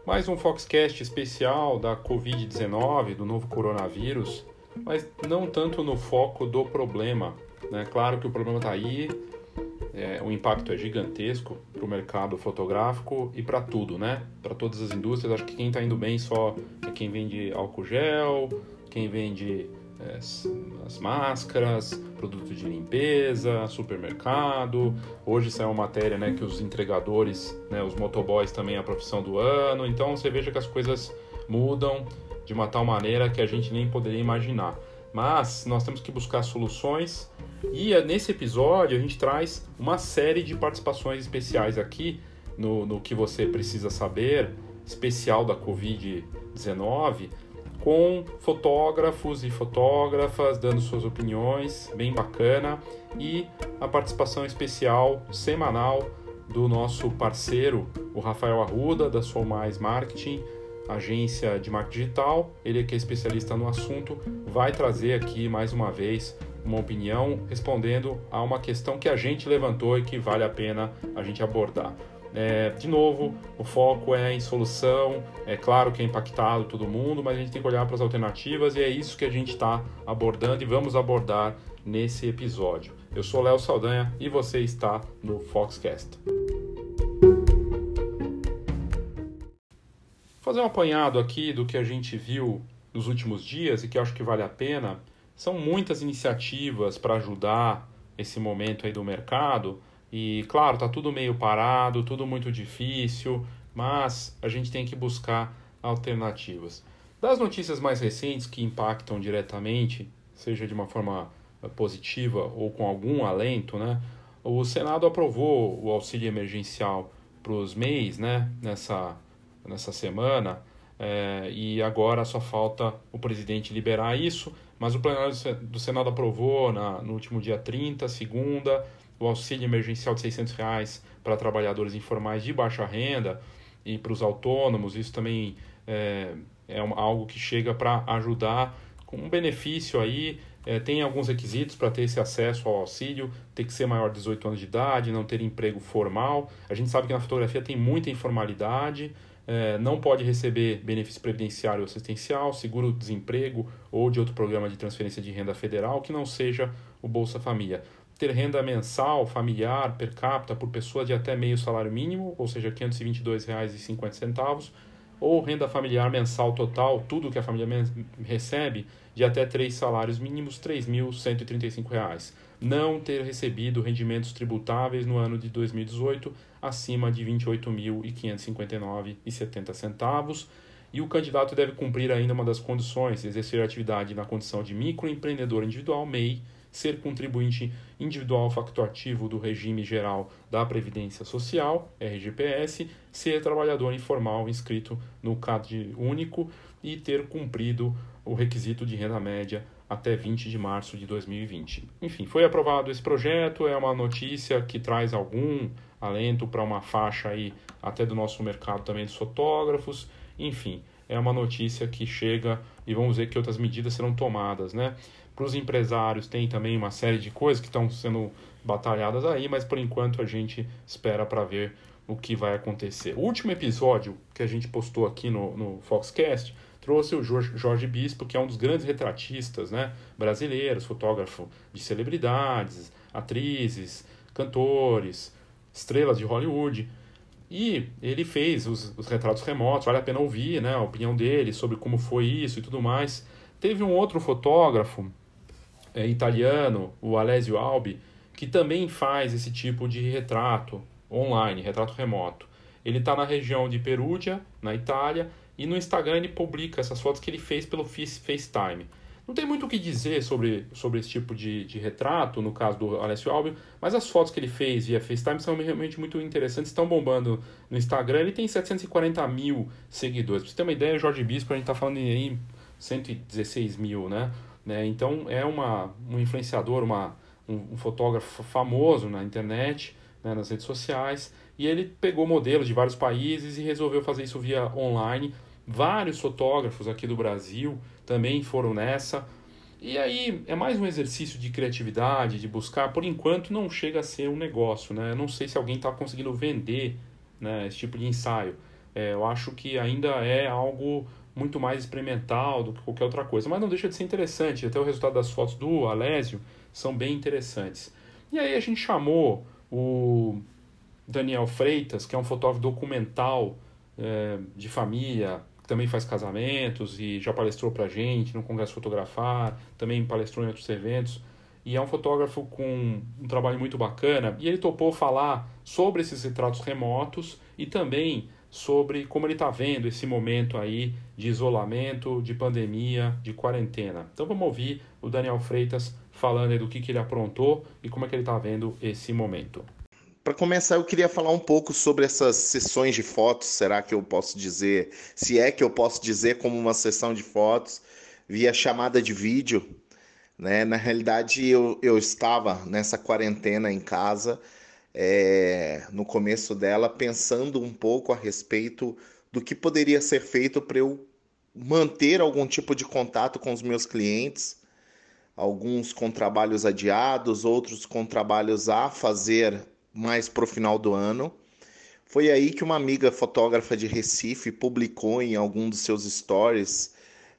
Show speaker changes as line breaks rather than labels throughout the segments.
Mais um Foxcast especial da Covid-19, do novo coronavírus, mas não tanto no foco do problema, né? Claro que o problema está aí, o impacto é gigantesco para o mercado fotográfico e para tudo, né? Para todas as indústrias. Acho que quem está indo bem só é quem vende álcool gel, quem vende as máscaras, produtos de limpeza, supermercado. Hoje saiu uma matéria, né, que os entregadores, né, os motoboys também é a profissão do ano. Então você veja que as coisas mudam de uma tal maneira que a gente nem poderia imaginar. Mas nós temos que buscar soluções e nesse episódio a gente traz uma série de participações especiais aqui no que você precisa saber, especial da Covid-19, com fotógrafos e fotógrafas dando suas opiniões, bem bacana, e a participação especial semanal do nosso parceiro, o Rafael Arruda, da Sou Mais Marketing, agência de marketing digital. Ele que é especialista no assunto, vai trazer aqui mais uma vez uma opinião respondendo a uma questão que a gente levantou e que vale a pena a gente abordar. De novo, o foco é em solução. É claro que é impactado todo mundo, mas a gente tem que olhar para as alternativas e é isso que a gente está abordando e vamos abordar nesse episódio. Eu sou Léo Saldanha e você está no Foxcast. Vou fazer um apanhado aqui do que a gente viu nos últimos dias e que eu acho que vale a pena. São muitas iniciativas para ajudar esse momento aí do mercado. E, claro, está tudo meio parado, tudo muito difícil, mas a gente tem que buscar alternativas. Das notícias mais recentes que impactam diretamente, seja de uma forma positiva ou com algum alento, né? O Senado aprovou o auxílio emergencial para os MEIs, né? Nessa semana, e agora só falta o presidente liberar isso, mas o plenário do Senado aprovou no último dia 30, segunda, o auxílio emergencial de R$600 para trabalhadores informais de baixa renda e para os autônomos. Isso também é algo que chega para ajudar com um benefício aí. Tem alguns requisitos para ter esse acesso ao auxílio: tem que ser maior de 18 anos de idade, não ter emprego formal. A gente sabe que na fotografia tem muita informalidade, não pode receber benefício previdenciário ou assistencial, seguro-desemprego ou de outro programa de transferência de renda federal que não seja o Bolsa Família. Ter renda mensal, familiar, per capita, por pessoa de até meio salário mínimo, ou seja, R$ 522,50, ou renda familiar mensal total, tudo que a família recebe, de até 3 salários mínimos, R$ 3.135. Não ter recebido rendimentos tributáveis no ano de 2018 acima de R$ 28.559,70. E o candidato deve cumprir ainda uma das condições: exercer atividade na condição de microempreendedor individual, MEI, ser contribuinte individual facultativo do regime geral da Previdência Social, RGPS, ser trabalhador informal inscrito no CAD único e ter cumprido o requisito de renda média até 20 de março de 2020. Enfim, foi aprovado esse projeto, é uma notícia que traz algum alento para uma faixa aí até do nosso mercado também dos fotógrafos. Enfim, é uma notícia que chega e vamos ver que outras medidas serão tomadas, né? Para os empresários tem também uma série de coisas que estão sendo batalhadas aí, mas por enquanto a gente espera para ver o que vai acontecer. O último episódio que a gente postou aqui no Foxcast trouxe o Jorge Bispo, que é um dos grandes retratistas, né, brasileiros, fotógrafo de celebridades, atrizes, cantores, estrelas de Hollywood. E ele fez os retratos remotos, vale a pena ouvir, né, a opinião dele sobre como foi isso e tudo mais. Teve um outro fotógrafo italiano, o Alessio Albi, que também faz esse tipo de retrato online, retrato remoto. Ele está na região de Perugia, na Itália, e no Instagram ele publica essas fotos que ele fez pelo FaceTime. Não tem muito o que dizer sobre esse tipo de retrato, no caso do Alessio Albi, mas as fotos que ele fez via FaceTime são realmente muito interessantes, estão bombando no Instagram. Ele tem 740 mil seguidores. Para você ter uma ideia, o Jorge Bispo, a gente está falando em 116 mil, né? Então é um influenciador, um fotógrafo famoso na internet, né, nas redes sociais, e ele pegou modelos de vários países e resolveu fazer isso via online. Vários fotógrafos aqui do Brasil também foram nessa. E aí é mais um exercício de criatividade, de buscar. Por enquanto não chega a ser um negócio, né? Eu não sei se alguém está conseguindo vender, né, esse tipo de ensaio, Eu acho que ainda é algo muito mais experimental do que qualquer outra coisa, mas não deixa de ser interessante. Até o resultado das fotos do Alésio são bem interessantes. E aí a gente chamou o Daniel Freitas, que é um fotógrafo documental de família, que também faz casamentos e já palestrou pra gente no Congresso Fotografar, também palestrou em outros eventos. E é um fotógrafo com um trabalho muito bacana. E ele topou falar sobre esses retratos remotos e também sobre como ele está vendo esse momento aí de isolamento, de pandemia, de quarentena. Então vamos ouvir o Daniel Freitas falando aí do que ele aprontou e como é que ele está vendo esse momento.
Para começar, eu queria falar um pouco sobre essas sessões de fotos. Será que eu posso dizer, se é que eu posso dizer como uma sessão de fotos via chamada de vídeo, né? Na realidade, eu estava nessa quarentena em casa, no começo dela, pensando um pouco a respeito do que poderia ser feito para eu manter algum tipo de contato com os meus clientes, alguns com trabalhos adiados, outros com trabalhos a fazer mais para o final do ano. Foi aí que uma amiga fotógrafa de Recife publicou em algum dos seus stories,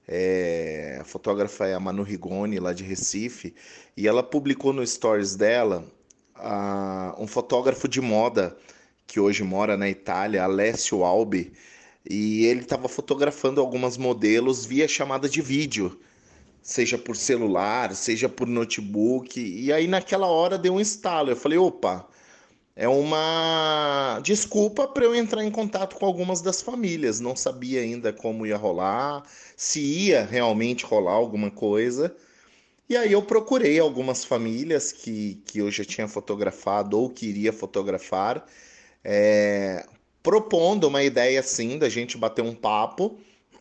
a fotógrafa é a Manu Rigoni, lá de Recife, e ela publicou no stories dela um fotógrafo de moda que hoje mora na Itália, Alessio Albi, e ele estava fotografando algumas modelos via chamada de vídeo, seja por celular, seja por notebook, e aí naquela hora deu um estalo. Eu falei, opa, é uma desculpa para eu entrar em contato com algumas das famílias. Não sabia ainda como ia rolar, se ia realmente rolar alguma coisa. E aí eu procurei algumas famílias que eu já tinha fotografado ou queria fotografar, é, propondo uma ideia assim da gente bater um papo.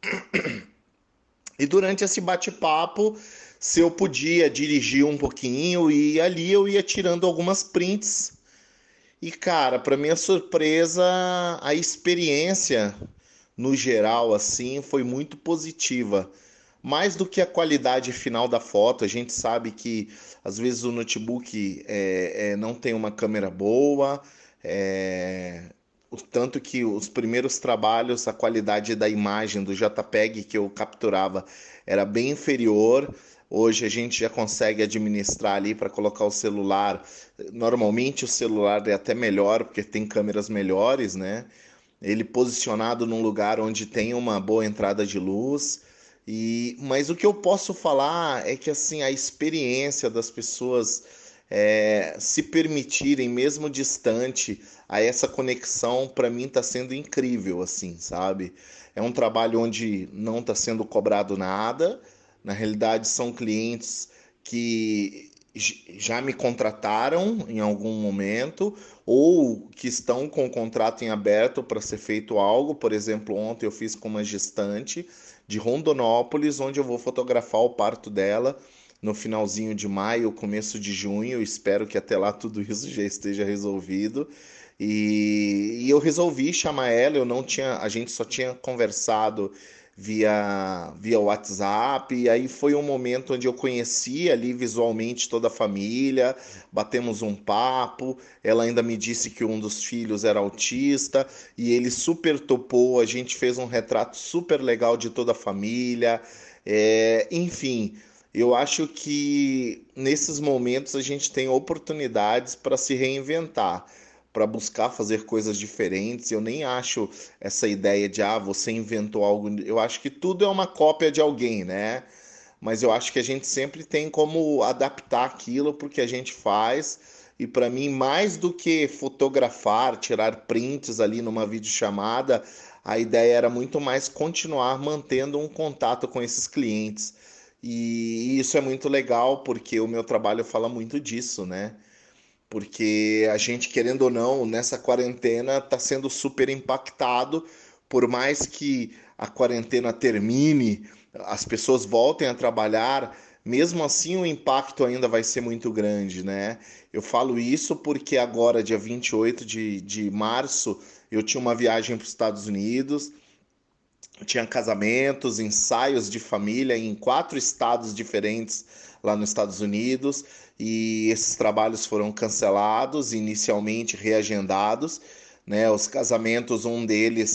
E durante esse bate-papo, se eu podia dirigir um pouquinho e ali eu ia tirando algumas prints. E cara, para minha surpresa, a experiência no geral assim foi muito positiva. Mais do que a qualidade final da foto, a gente sabe que às vezes o notebook não tem uma câmera boa, é, o tanto que os primeiros trabalhos, a qualidade da imagem do JPEG que eu capturava era bem inferior. Hoje a gente já consegue administrar ali para colocar o celular. Normalmente o celular é até melhor, porque tem câmeras melhores, né? Ele posicionado num lugar onde tem uma boa entrada de luz. Mas o que eu posso falar é que assim a experiência das pessoas se permitirem, mesmo distante, a essa conexão, para mim está sendo incrível, assim, sabe? É um trabalho onde não está sendo cobrado nada. Na realidade, são clientes que já me contrataram em algum momento ou que estão com o contrato em aberto para ser feito algo. Por exemplo, ontem eu fiz com uma gestante de Rondonópolis, onde eu vou fotografar o parto dela no finalzinho de maio, começo de junho. Eu espero que até lá tudo isso já esteja resolvido. E eu resolvi chamar ela. Eu não tinha, a gente só tinha conversado via WhatsApp, e aí foi um momento onde eu conheci ali visualmente toda a família, batemos um papo, ela ainda me disse que um dos filhos era autista, e ele super topou, a gente fez um retrato super legal de toda a família, enfim, eu acho que nesses momentos a gente tem oportunidades para se reinventar, para buscar fazer coisas diferentes. Eu nem acho essa ideia de você inventou algo. Eu acho que tudo é uma cópia de alguém, né? Mas eu acho que a gente sempre tem como adaptar aquilo porque a gente faz. E para mim, mais do que fotografar, tirar prints ali numa videochamada, a ideia era muito mais continuar mantendo um contato com esses clientes. E isso é muito legal porque o meu trabalho fala muito disso, né? Porque a gente, querendo ou não, nessa quarentena está sendo super impactado, por mais que a quarentena termine, as pessoas voltem a trabalhar, mesmo assim o impacto ainda vai ser muito grande, né? Eu falo isso porque agora, dia 28 de março, eu tinha uma viagem para os Estados Unidos, tinha casamentos, ensaios de família em 4 estados diferentes lá nos Estados Unidos, e esses trabalhos foram cancelados, inicialmente reagendados, né? Os casamentos, um deles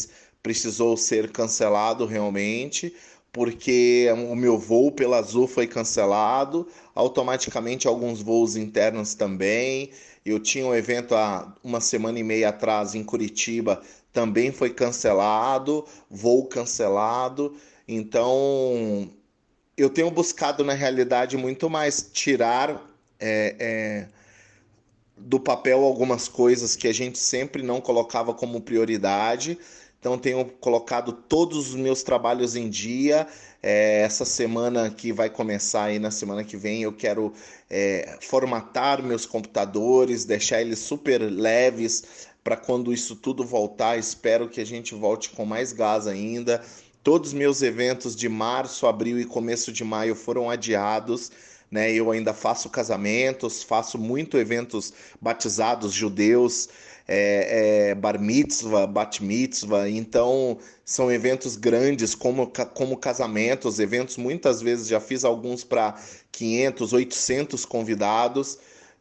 precisou ser cancelado realmente, porque o meu voo pela Azul foi cancelado, automaticamente alguns voos internos também. Eu tinha um evento há uma semana e meia atrás em Curitiba, também foi cancelado, voo cancelado. Então, eu tenho buscado na realidade muito mais tirar é, é, do papel algumas coisas que a gente sempre não colocava como prioridade. Então, tenho colocado todos os meus trabalhos em dia. Essa semana que vai começar aí na semana que vem, eu quero formatar meus computadores, deixar eles super leves para quando isso tudo voltar. Espero que a gente volte com mais gás ainda. Todos os meus eventos de março, abril e começo de maio foram adiados, né? Eu ainda faço casamentos, faço muito eventos batizados judeus, bar mitzvah, bat mitzvah, então são eventos grandes como casamentos, eventos muitas vezes já fiz alguns para 500, 800 convidados,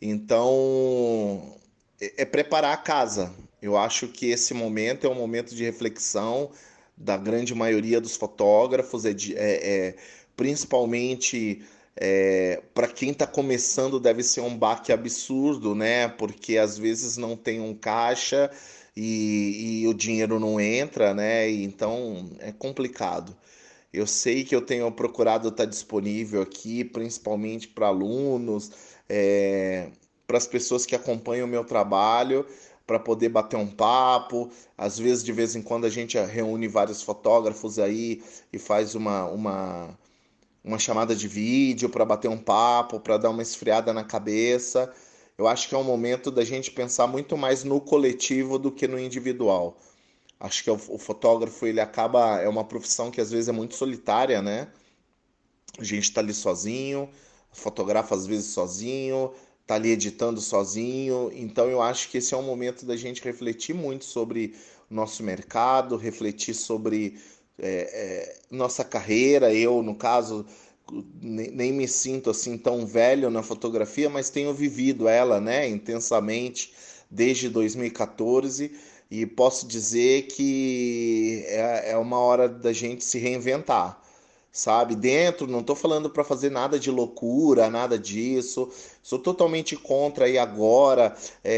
então é preparar a casa. Eu acho que esse momento é um momento de reflexão da grande maioria dos fotógrafos, principalmente para quem está começando deve ser um baque absurdo, né? Porque às vezes não tem um caixa e o dinheiro não entra, né? Então é complicado. Eu sei que eu tenho procurado estar disponível aqui, principalmente para alunos, para as pessoas que acompanham o meu trabalho, para poder bater um papo. Às vezes, de vez em quando, a gente reúne vários fotógrafos aí e faz uma chamada de vídeo para bater um papo, para dar uma esfriada na cabeça. Eu acho que é um momento da gente pensar muito mais no coletivo do que no individual. Acho que o fotógrafo, ele acaba, é uma profissão que às vezes é muito solitária, né? A gente está ali sozinho, fotografa às vezes sozinho, tá ali editando sozinho. Então eu acho que esse é um momento da gente refletir muito sobre o nosso mercado, refletir sobre nossa carreira. Eu, no caso, nem me sinto assim tão velho na fotografia, mas tenho vivido ela, né, intensamente desde 2014 e posso dizer que é uma hora da gente se reinventar, sabe? Dentro, não tô falando para fazer nada de loucura, nada disso. Sou totalmente contra aí agora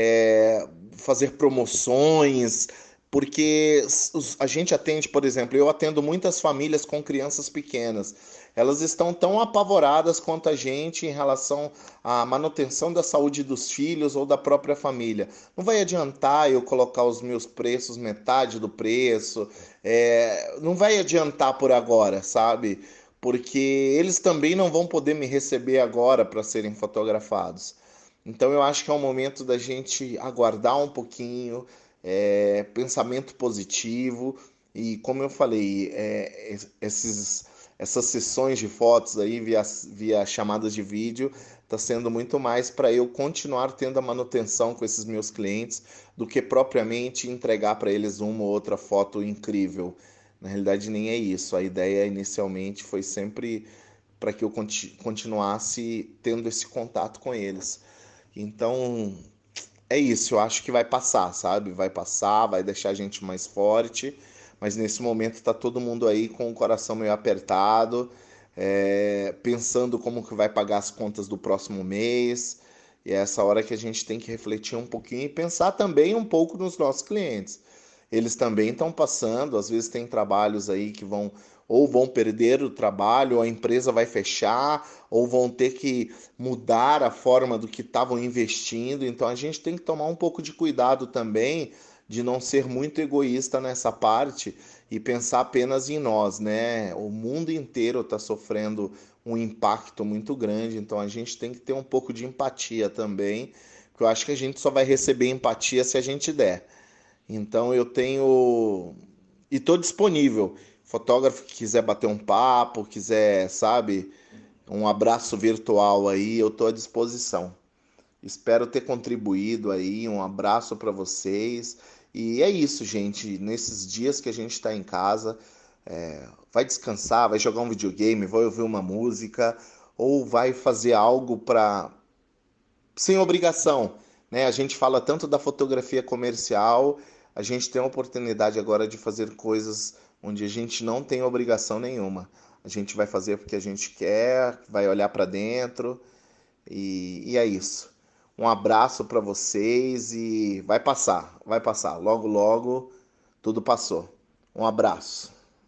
fazer promoções, porque a gente atende, por exemplo, eu atendo muitas famílias com crianças pequenas. Elas estão tão apavoradas quanto a gente em relação à manutenção da saúde dos filhos ou da própria família. Não vai adiantar eu colocar os meus preços metade do preço, não vai adiantar por agora, sabe? Porque eles também não vão poder me receber agora para serem fotografados. Então eu acho que é o momento da gente aguardar um pouquinho, pensamento positivo e como eu falei, essas sessões de fotos aí via chamadas de vídeo está sendo muito mais para eu continuar tendo a manutenção com esses meus clientes do que propriamente entregar para eles uma ou outra foto incrível. Na realidade, nem é isso. A ideia inicialmente foi sempre para que eu continuasse tendo esse contato com eles. Então, é isso. Eu acho que vai passar, sabe? Vai passar, vai deixar a gente mais forte. Mas nesse momento está todo mundo aí com o coração meio apertado, pensando como que vai pagar as contas do próximo mês. E é essa hora que a gente tem que refletir um pouquinho e pensar também um pouco nos nossos clientes. Eles também estão passando, às vezes tem trabalhos aí que vão perder o trabalho, ou a empresa vai fechar, ou vão ter que mudar a forma do que estavam investindo. Então a gente tem que tomar um pouco de cuidado também de não ser muito egoísta nessa parte e pensar apenas em nós, né? O mundo inteiro está sofrendo um impacto muito grande, então a gente tem que ter um pouco de empatia também, porque eu acho que a gente só vai receber empatia se a gente der. Então eu tenho e estou disponível. Fotógrafo que quiser bater um papo, quiser, sabe, um abraço virtual aí, eu estou à disposição. Espero ter contribuído aí. Um abraço para vocês. E é isso, gente. Nesses dias que a gente está em casa, vai descansar, vai jogar um videogame, vai ouvir uma música ou vai fazer algo para sem obrigação, né? A gente fala tanto da fotografia comercial, A gente tem a oportunidade agora de fazer coisas onde a gente não tem obrigação nenhuma. A gente vai fazer porque a gente quer, vai olhar para dentro e é isso. Um abraço para vocês e vai passar, vai passar. Logo, logo, tudo passou. Um abraço.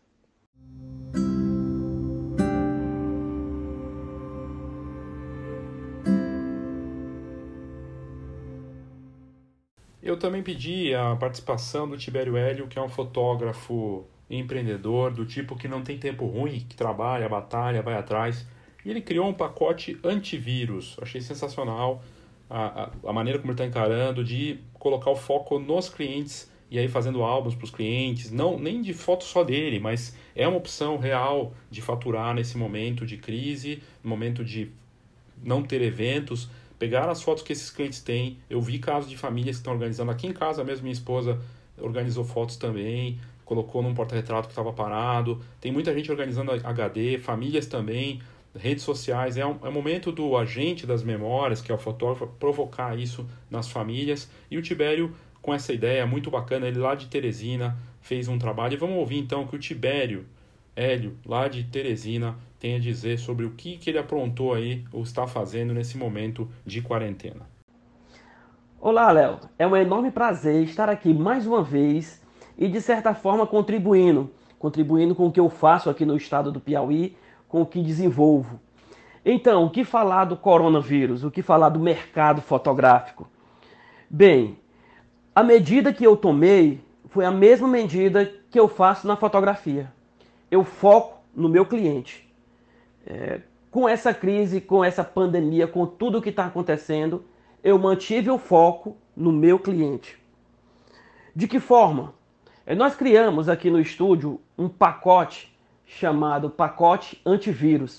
Eu também pedi a participação do Tibério Hélio, que é um fotógrafo empreendedor, do tipo que não tem tempo ruim, que trabalha, batalha, vai atrás. E ele criou um pacote antivírus. Achei sensacional a maneira como ele está encarando, de colocar o foco nos clientes e aí fazendo álbuns para os clientes, não nem de foto só dele, mas é uma opção real de faturar nesse momento de crise, no momento de não ter eventos, pegar as fotos que esses clientes têm. Eu vi casos de famílias que estão organizando. Aqui em casa mesmo, minha esposa organizou fotos também, colocou num porta-retrato que estava parado. Tem muita gente organizando HD, famílias também, redes sociais. É um momento do agente das memórias, que é o fotógrafo, provocar isso nas famílias. E o Tibério, com essa ideia muito bacana, ele lá de Teresina fez um trabalho. E vamos ouvir então o que o Tibério Hélio, lá de Teresina, tem a dizer sobre o que ele aprontou aí ou está fazendo nesse momento de quarentena.
Olá, Léo. É um enorme prazer estar aqui mais uma vez e, de certa forma, contribuindo com o que eu faço aqui no estado do Piauí, com o que desenvolvo. Então, o que falar do coronavírus? O que falar do mercado fotográfico? Bem, a medida que eu tomei foi a mesma medida que eu faço na fotografia. Eu foco no meu cliente. Com essa crise, com essa pandemia, com tudo o que está acontecendo, eu mantive o foco no meu cliente. De que forma? Nós criamos aqui no estúdio um pacote chamado pacote antivírus.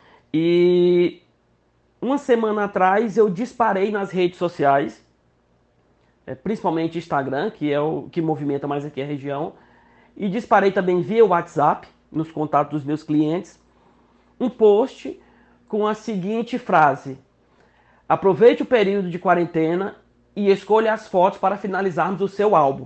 E uma semana atrás eu disparei nas redes sociais, principalmente Instagram, que é o que movimenta mais aqui a região, e disparei também via WhatsApp, nos contatos dos meus clientes, um post com a seguinte frase: aproveite o período de quarentena e escolha as fotos para finalizarmos o seu álbum.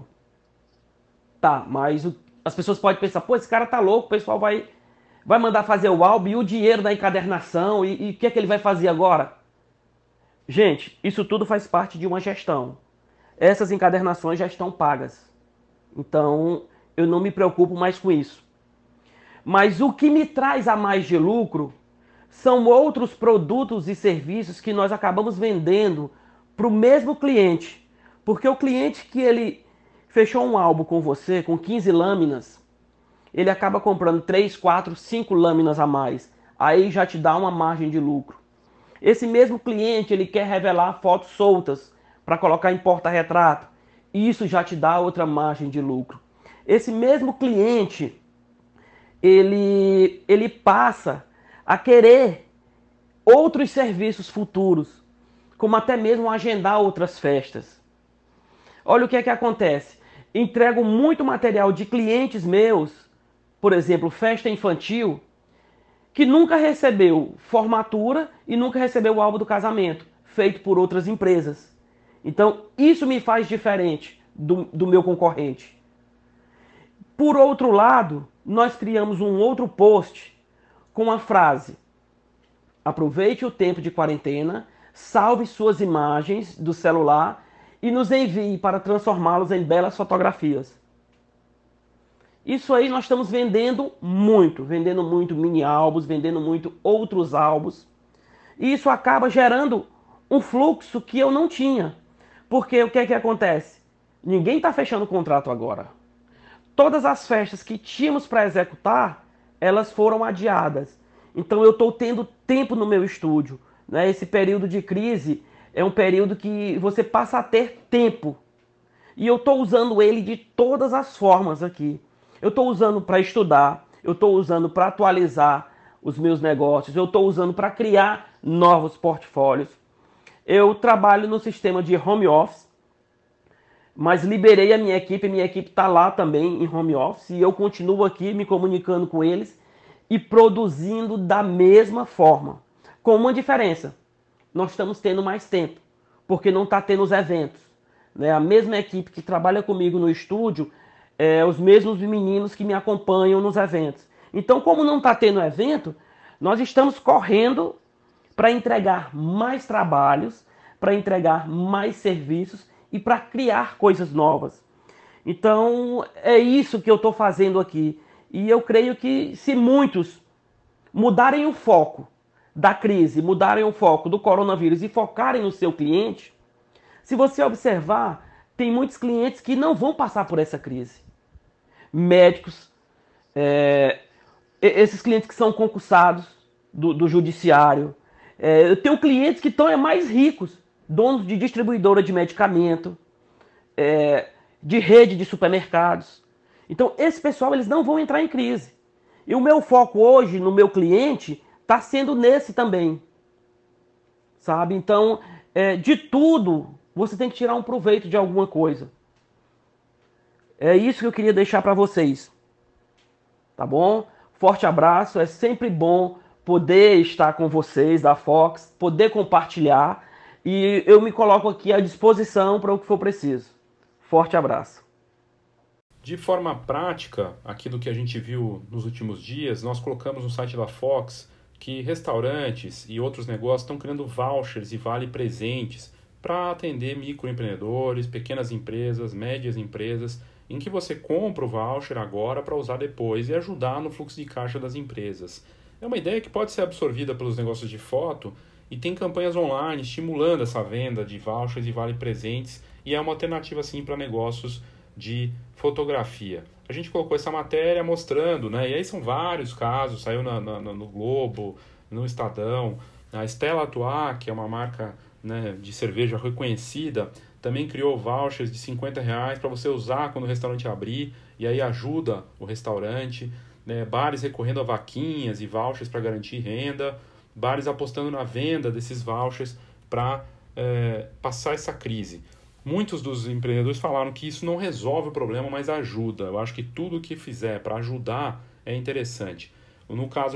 Tá, mas as pessoas podem pensar, pô, esse cara tá louco, o pessoal vai mandar fazer o álbum e o dinheiro da encadernação, e o que é que ele vai fazer agora? Gente, isso tudo faz parte de uma gestão. Essas encadernações já estão pagas. Então, eu não me preocupo mais com isso. Mas o que me traz a mais de lucro são outros produtos e serviços que nós acabamos vendendo para o mesmo cliente. Porque o cliente que ele fechou um álbum com você, com 15 lâminas, ele acaba comprando 3, 4, 5 lâminas a mais. Aí já te dá uma margem de lucro. Esse mesmo cliente, ele quer revelar fotos soltas para colocar em porta-retrato. Isso já te dá outra margem de lucro. Esse mesmo cliente, ele passa a querer outros serviços futuros, como até mesmo agendar outras festas. Olha o que é que acontece. Entrego muito material de clientes meus, por exemplo, festa infantil, que nunca recebeu formatura e nunca recebeu o álbum do casamento, feito por outras empresas. Então, isso me faz diferente do meu concorrente. Por outro lado, nós criamos um outro post com a frase: aproveite o tempo de quarentena, salve suas imagens do celular e nos envie para transformá-los em belas fotografias. Isso aí nós estamos vendendo muito mini álbuns, vendendo muito outros álbuns. E isso acaba gerando um fluxo que eu não tinha. Porque o que é que acontece? Ninguém está fechando o contrato agora. Todas as festas que tínhamos para executar, elas foram adiadas. Então eu estou tendo tempo no meu estúdio. Né? Esse período de crise é um período que você passa a ter tempo. E eu estou usando ele de todas as formas aqui. Eu estou usando para estudar, eu estou usando para atualizar os meus negócios, eu estou usando para criar novos portfólios. Eu trabalho no sistema de home office, mas liberei a minha equipe está lá também em home office, e eu continuo aqui me comunicando com eles e produzindo da mesma forma. Com uma diferença: nós estamos tendo mais tempo, porque não está tendo os eventos. né? A mesma equipe que trabalha comigo no estúdio, os mesmos meninos que me acompanham nos eventos. Então, como não está tendo evento, nós estamos correndo para entregar mais trabalhos, para entregar mais serviços e para criar coisas novas. Então, é isso que eu estou fazendo aqui. E eu creio que se muitos mudarem o foco da crise, mudarem o foco do coronavírus e focarem no seu cliente, se você observar, tem muitos clientes que não vão passar por essa crise. Médicos, esses clientes que são concursados do judiciário. Eu tenho clientes que estão mais ricos, donos de distribuidora de medicamento, de rede de supermercados. Então, esse pessoal eles não vão entrar em crise. E o meu foco hoje no meu cliente está sendo nesse também. Sabe? Então, de tudo, você tem que tirar um proveito de alguma coisa. É isso que eu queria deixar para vocês. Tá bom? Forte abraço. É sempre bom poder estar com vocês da Fox, poder compartilhar. E eu me coloco aqui à disposição para o que for preciso. Forte abraço.
De forma prática, aquilo que a gente viu nos últimos dias, nós colocamos no site da Fox que restaurantes e outros negócios estão criando vouchers e vale-presentes para atender microempreendedores, pequenas empresas, médias empresas, em que você compra o voucher agora para usar depois e ajudar no fluxo de caixa das empresas. É uma ideia que pode ser absorvida pelos negócios de foto e tem campanhas online estimulando essa venda de vouchers e vale-presentes e é uma alternativa sim para negócios de fotografia. A gente colocou essa matéria mostrando, né? E aí são vários casos, saiu no Globo, no Estadão. A Stella Artois, que é uma marca, né, de cerveja reconhecida, também criou vouchers de R$50 para você usar quando o restaurante abrir, e aí ajuda o restaurante, né? Bares recorrendo a vaquinhas e vouchers para garantir renda, bares apostando na venda desses vouchers para passar essa crise. Muitos dos empreendedores falaram que isso não resolve o problema, mas ajuda. Eu acho que tudo que fizer para ajudar é interessante. No caso,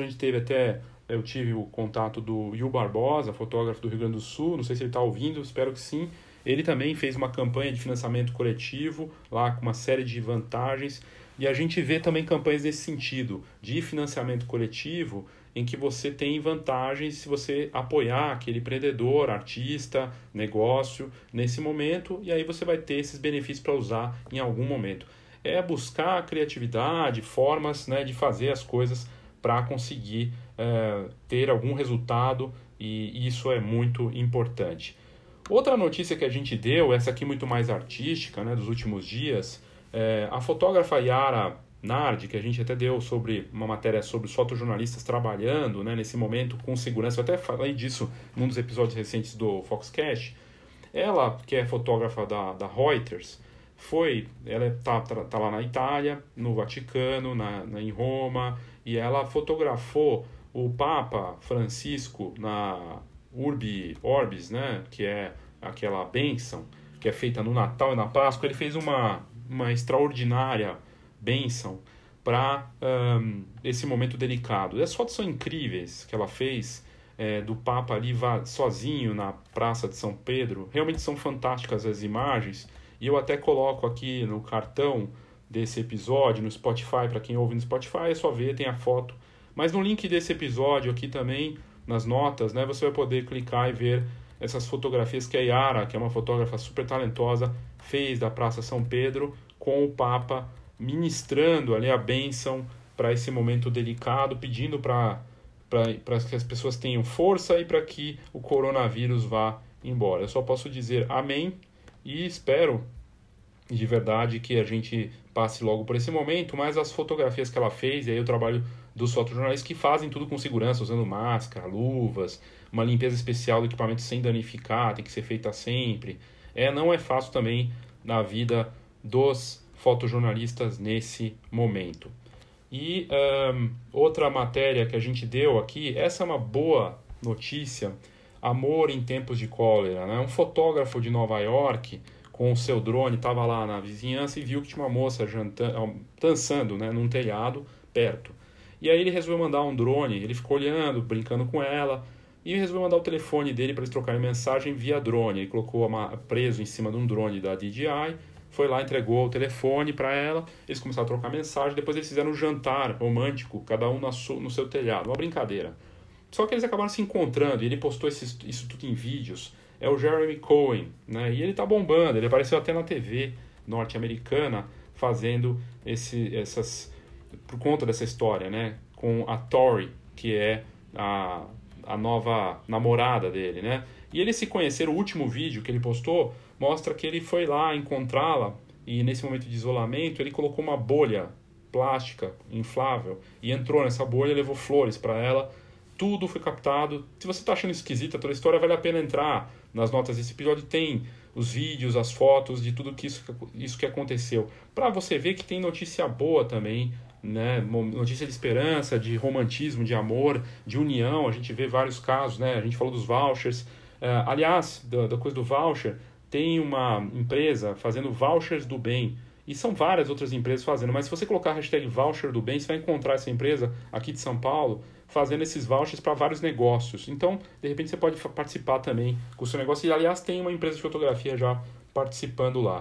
eu tive o contato do Will Barbosa, fotógrafo do Rio Grande do Sul, não sei se ele está ouvindo, espero que sim. Ele também fez uma campanha de financiamento coletivo, lá com uma série de vantagens, e a gente vê também campanhas nesse sentido, de financiamento coletivo, em que você tem vantagens se você apoiar aquele empreendedor, artista, negócio nesse momento, e aí você vai ter esses benefícios para usar em algum momento. É buscar criatividade, formas, né, de fazer as coisas para conseguir ter algum resultado, e isso é muito importante. Outra notícia que a gente deu, essa aqui muito mais artística, né, dos últimos dias, a fotógrafa Yara Nardi, que a gente até deu sobre uma matéria sobre os fotojornalistas trabalhando, né, nesse momento com segurança. Eu até falei disso num dos episódios recentes do Foxcast. Ela, que é fotógrafa da Reuters, ela tá lá na Itália, no Vaticano, em Roma, e ela fotografou o Papa Francisco na Urbi Orbis, né, que é aquela bênção que é feita no Natal e na Páscoa. Ele fez uma extraordinária bênção para esse momento delicado. As fotos são incríveis que ela fez do Papa ali sozinho na Praça de São Pedro. Realmente são fantásticas as imagens, e eu até coloco aqui no cartão desse episódio, no Spotify, para quem ouve no Spotify, é só ver, tem a foto. Mas no link desse episódio aqui também, nas notas, né, você vai poder clicar e ver essas fotografias que a Yara, que é uma fotógrafa super talentosa, fez da Praça São Pedro com o Papa ministrando ali a bênção para esse momento delicado, pedindo para que as pessoas tenham força e para que o coronavírus vá embora. Eu só posso dizer amém e espero de verdade que a gente passe logo por esse momento, mas as fotografias que ela fez, e aí o trabalho dos fotojornalistas que fazem tudo com segurança, usando máscara, luvas, uma limpeza especial do equipamento sem danificar, tem que ser feita sempre. Não é fácil também na vida dos fotojornalistas nesse momento. E outra matéria que a gente deu aqui, essa é uma boa notícia, amor em tempos de cólera, né? Um fotógrafo de Nova York com o seu drone estava lá na vizinhança e viu que tinha uma moça dançando, né, num telhado perto. E aí ele resolveu mandar um drone, ele ficou olhando, brincando com ela, e resolveu mandar o telefone dele para eles trocarem mensagem via drone. Ele colocou preso em cima de um drone da DJI, foi lá, entregou o telefone para ela, eles começaram a trocar mensagem, depois eles fizeram um jantar romântico, cada um no seu telhado, uma brincadeira. Só que eles acabaram se encontrando, e ele postou isso tudo em vídeos. É o Jeremy Cohen, né? E ele tá bombando, ele apareceu até na TV norte-americana fazendo por conta dessa história, né? Com a Tori, que é a nova namorada dele, né? E eles se conheceram, o último vídeo que ele postou mostra que ele foi lá encontrá-la e nesse momento de isolamento ele colocou uma bolha plástica inflável e entrou nessa bolha e levou flores para ela. Tudo foi captado. Se você está achando esquisita toda a história, vale a pena entrar nas notas desse episódio. Tem os vídeos, as fotos de tudo isso que aconteceu. Para você ver que tem notícia boa também, né? Notícia de esperança, de romantismo, de amor, de união. A gente vê vários casos, né? A gente falou dos vouchers. Aliás, da coisa do voucher, tem uma empresa fazendo vouchers do bem. E são várias outras empresas fazendo. Mas se você colocar a hashtag voucher do bem, você vai encontrar essa empresa aqui de São Paulo fazendo esses vouchers para vários negócios. Então, de repente, você pode participar também com o seu negócio. E, aliás, tem uma empresa de fotografia já participando lá.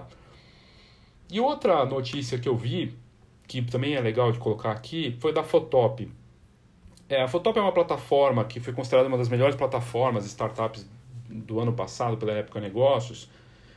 E outra notícia que eu vi, que também é legal de colocar aqui, foi da Fotop. A Fotop é uma plataforma que foi considerada uma das melhores plataformas de startups do ano passado pela Época Negócios,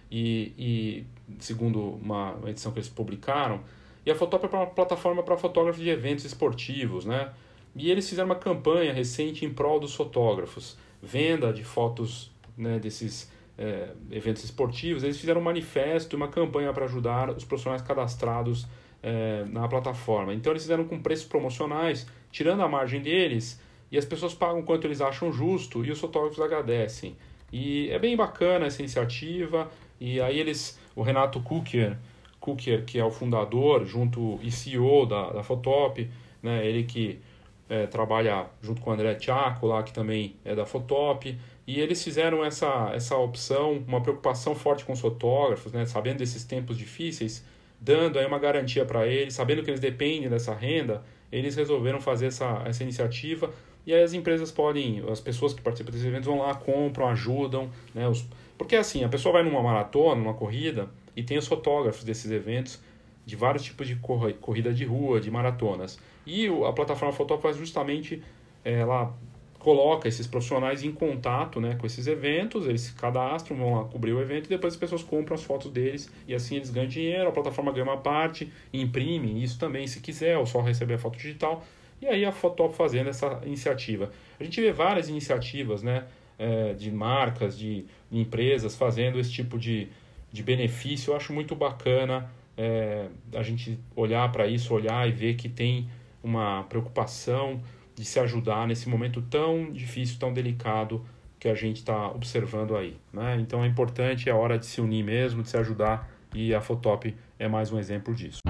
e segundo uma edição que eles publicaram. E a Fotop é uma plataforma para fotógrafos de eventos esportivos, né? E eles fizeram uma campanha recente em prol dos fotógrafos, venda de fotos, né, desses eventos esportivos. Eles fizeram um manifesto e uma campanha para ajudar os profissionais cadastrados na plataforma. Então eles fizeram com preços promocionais, tirando a margem deles, e as pessoas pagam quanto eles acham justo e os fotógrafos agradecem. E é bem bacana essa iniciativa. E aí o Renato Kukier, que é o fundador e CEO da Fotop, né, ele que trabalha junto com o André Tchaco, lá, que também é da Fotop, e eles fizeram essa opção, uma preocupação forte com os fotógrafos, né, sabendo desses tempos difíceis, dando aí uma garantia para eles, sabendo que eles dependem dessa renda, eles resolveram fazer essa iniciativa. E aí as pessoas que participam desses eventos vão lá, compram, ajudam, né, porque assim, a pessoa vai numa maratona, numa corrida, e tem os fotógrafos desses eventos, de vários tipos de corrida de rua, de maratonas. E a plataforma Fotop faz justamente, ela coloca esses profissionais em contato, né, com esses eventos, eles se cadastram, vão lá cobrir o evento e depois as pessoas compram as fotos deles e assim eles ganham dinheiro, a plataforma ganha uma parte, imprime isso também se quiser, ou só receber a foto digital. E aí a Fotop fazendo essa iniciativa. A gente vê várias iniciativas, né, de marcas, de empresas fazendo esse tipo de benefício. Eu acho muito bacana a gente olhar para isso, olhar e ver que tem uma preocupação de se ajudar nesse momento tão difícil, tão delicado que a gente está observando aí, né? Então é importante, é hora de se unir mesmo, de se ajudar, e a Fotop é mais um exemplo disso.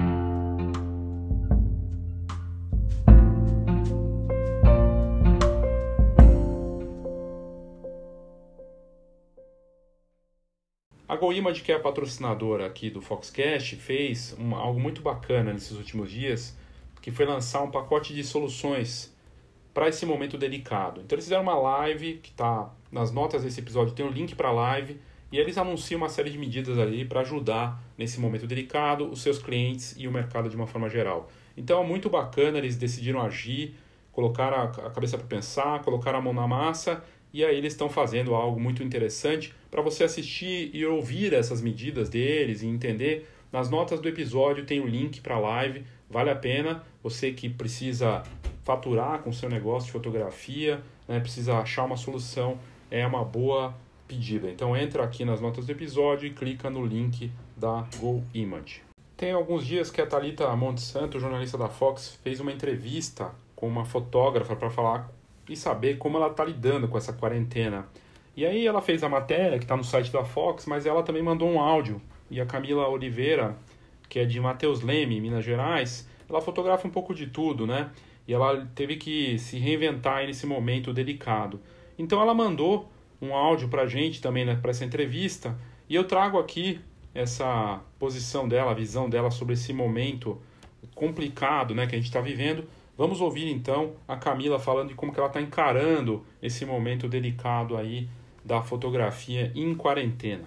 A GoImage, que é a patrocinadora aqui do Foxcast, fez algo muito bacana nesses últimos dias, que foi lançar um pacote de soluções para esse momento delicado. Então eles fizeram uma live, que está nas notas desse episódio, tem um link para a live, e eles anunciam uma série de medidas ali para ajudar nesse momento delicado os seus clientes e o mercado de uma forma geral. Então é muito bacana, eles decidiram agir, colocar a cabeça para pensar, colocar a mão na massa, e aí eles estão fazendo algo muito interessante para você assistir e ouvir essas medidas deles e entender. Nas notas do episódio tem o link para a live, vale a pena. Você que precisa faturar com o seu negócio de fotografia, né, precisa achar uma solução, é uma boa pedida. Então entra aqui nas notas do episódio e clica no link da GoImage. Tem alguns dias que a Thalita Montesanto, jornalista da Fox, fez uma entrevista com uma fotógrafa para falar e saber como ela está lidando com essa quarentena. E aí ela fez a matéria, que está no site da Fox, mas ela também mandou um áudio. E a Camila Oliveira, que é de Mateus Leme, Minas Gerais, ela fotografa um pouco de tudo, né? E ela teve que se reinventar nesse momento delicado. Então ela mandou um áudio para a gente também, né, para essa entrevista, e eu trago aqui essa posição dela, a visão dela sobre esse momento complicado, né, que a gente está vivendo, Vamos ouvir então a Camila falando de como que ela está encarando esse momento delicado aí da fotografia em quarentena.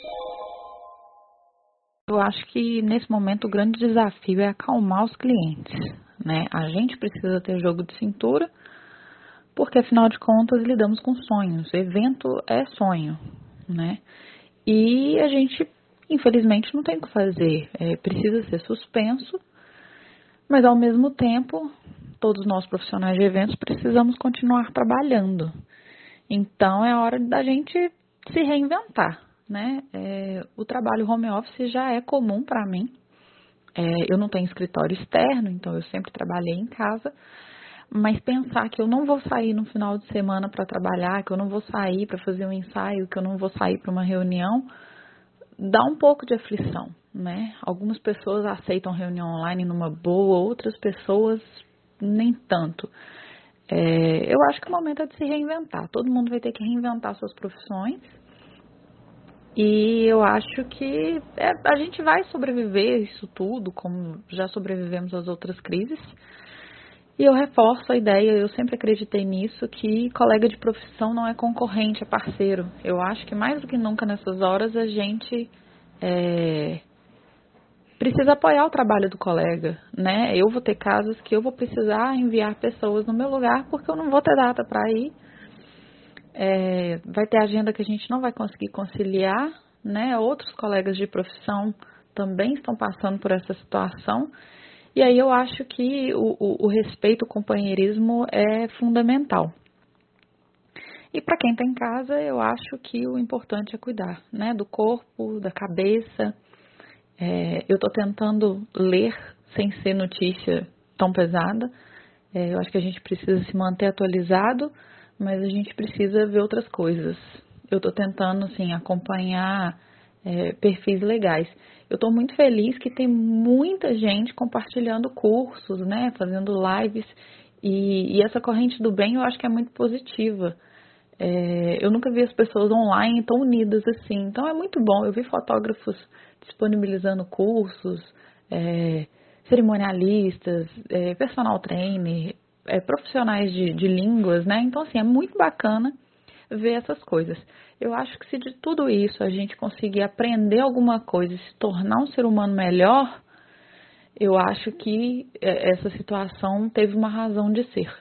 Eu acho que nesse momento o grande desafio é acalmar os clientes, né? A gente precisa ter jogo de cintura, porque afinal de contas lidamos com sonhos. Evento é sonho, né? E a gente, infelizmente, não tem o que fazer. Precisa ser suspenso, mas ao mesmo tempo, todos nós profissionais de eventos precisamos continuar trabalhando. Então é hora da gente se reinventar, né? O trabalho home office já é comum para mim. Eu não tenho escritório externo, então eu sempre trabalhei em casa. Mas pensar que eu não vou sair no final de semana para trabalhar, que eu não vou sair para fazer um ensaio, que eu não vou sair para uma reunião, dá um pouco de aflição, né? Algumas pessoas aceitam reunião online numa boa, outras pessoas nem tanto. Eu acho que o momento é de se reinventar. Todo mundo vai ter que reinventar suas profissões. E eu acho que a gente vai sobreviver isso tudo, como já sobrevivemos às outras crises. E eu reforço a ideia, eu sempre acreditei nisso, que colega de profissão não é concorrente, é parceiro. Eu acho que mais do que nunca nessas horas a gente precisa apoiar o trabalho do colega, né? Eu vou ter casos que eu vou precisar enviar pessoas no meu lugar porque eu não vou ter data para ir. Vai ter agenda que a gente não vai conseguir conciliar, né? Outros colegas de profissão também estão passando por essa situação. E aí eu acho que o respeito, o companheirismo é fundamental. E para quem está em casa, eu acho que o importante é cuidar, né? Do corpo, da cabeça. Eu estou tentando ler sem ser notícia tão pesada. Eu acho que a gente precisa se manter atualizado, mas a gente precisa ver outras coisas. Eu estou tentando, assim, acompanhar perfis legais. Eu estou muito feliz que tem muita gente compartilhando cursos, né, fazendo lives, e essa corrente do bem eu acho que é muito positiva. Eu nunca vi as pessoas online tão unidas assim, então é muito bom. Eu vi fotógrafos disponibilizando cursos, cerimonialistas, personal trainer, profissionais de línguas, né? Então, assim, é muito bacana ver essas coisas. Eu acho que se de tudo isso a gente conseguir aprender alguma coisa e se tornar um ser humano melhor, eu acho que essa situação teve uma razão de ser.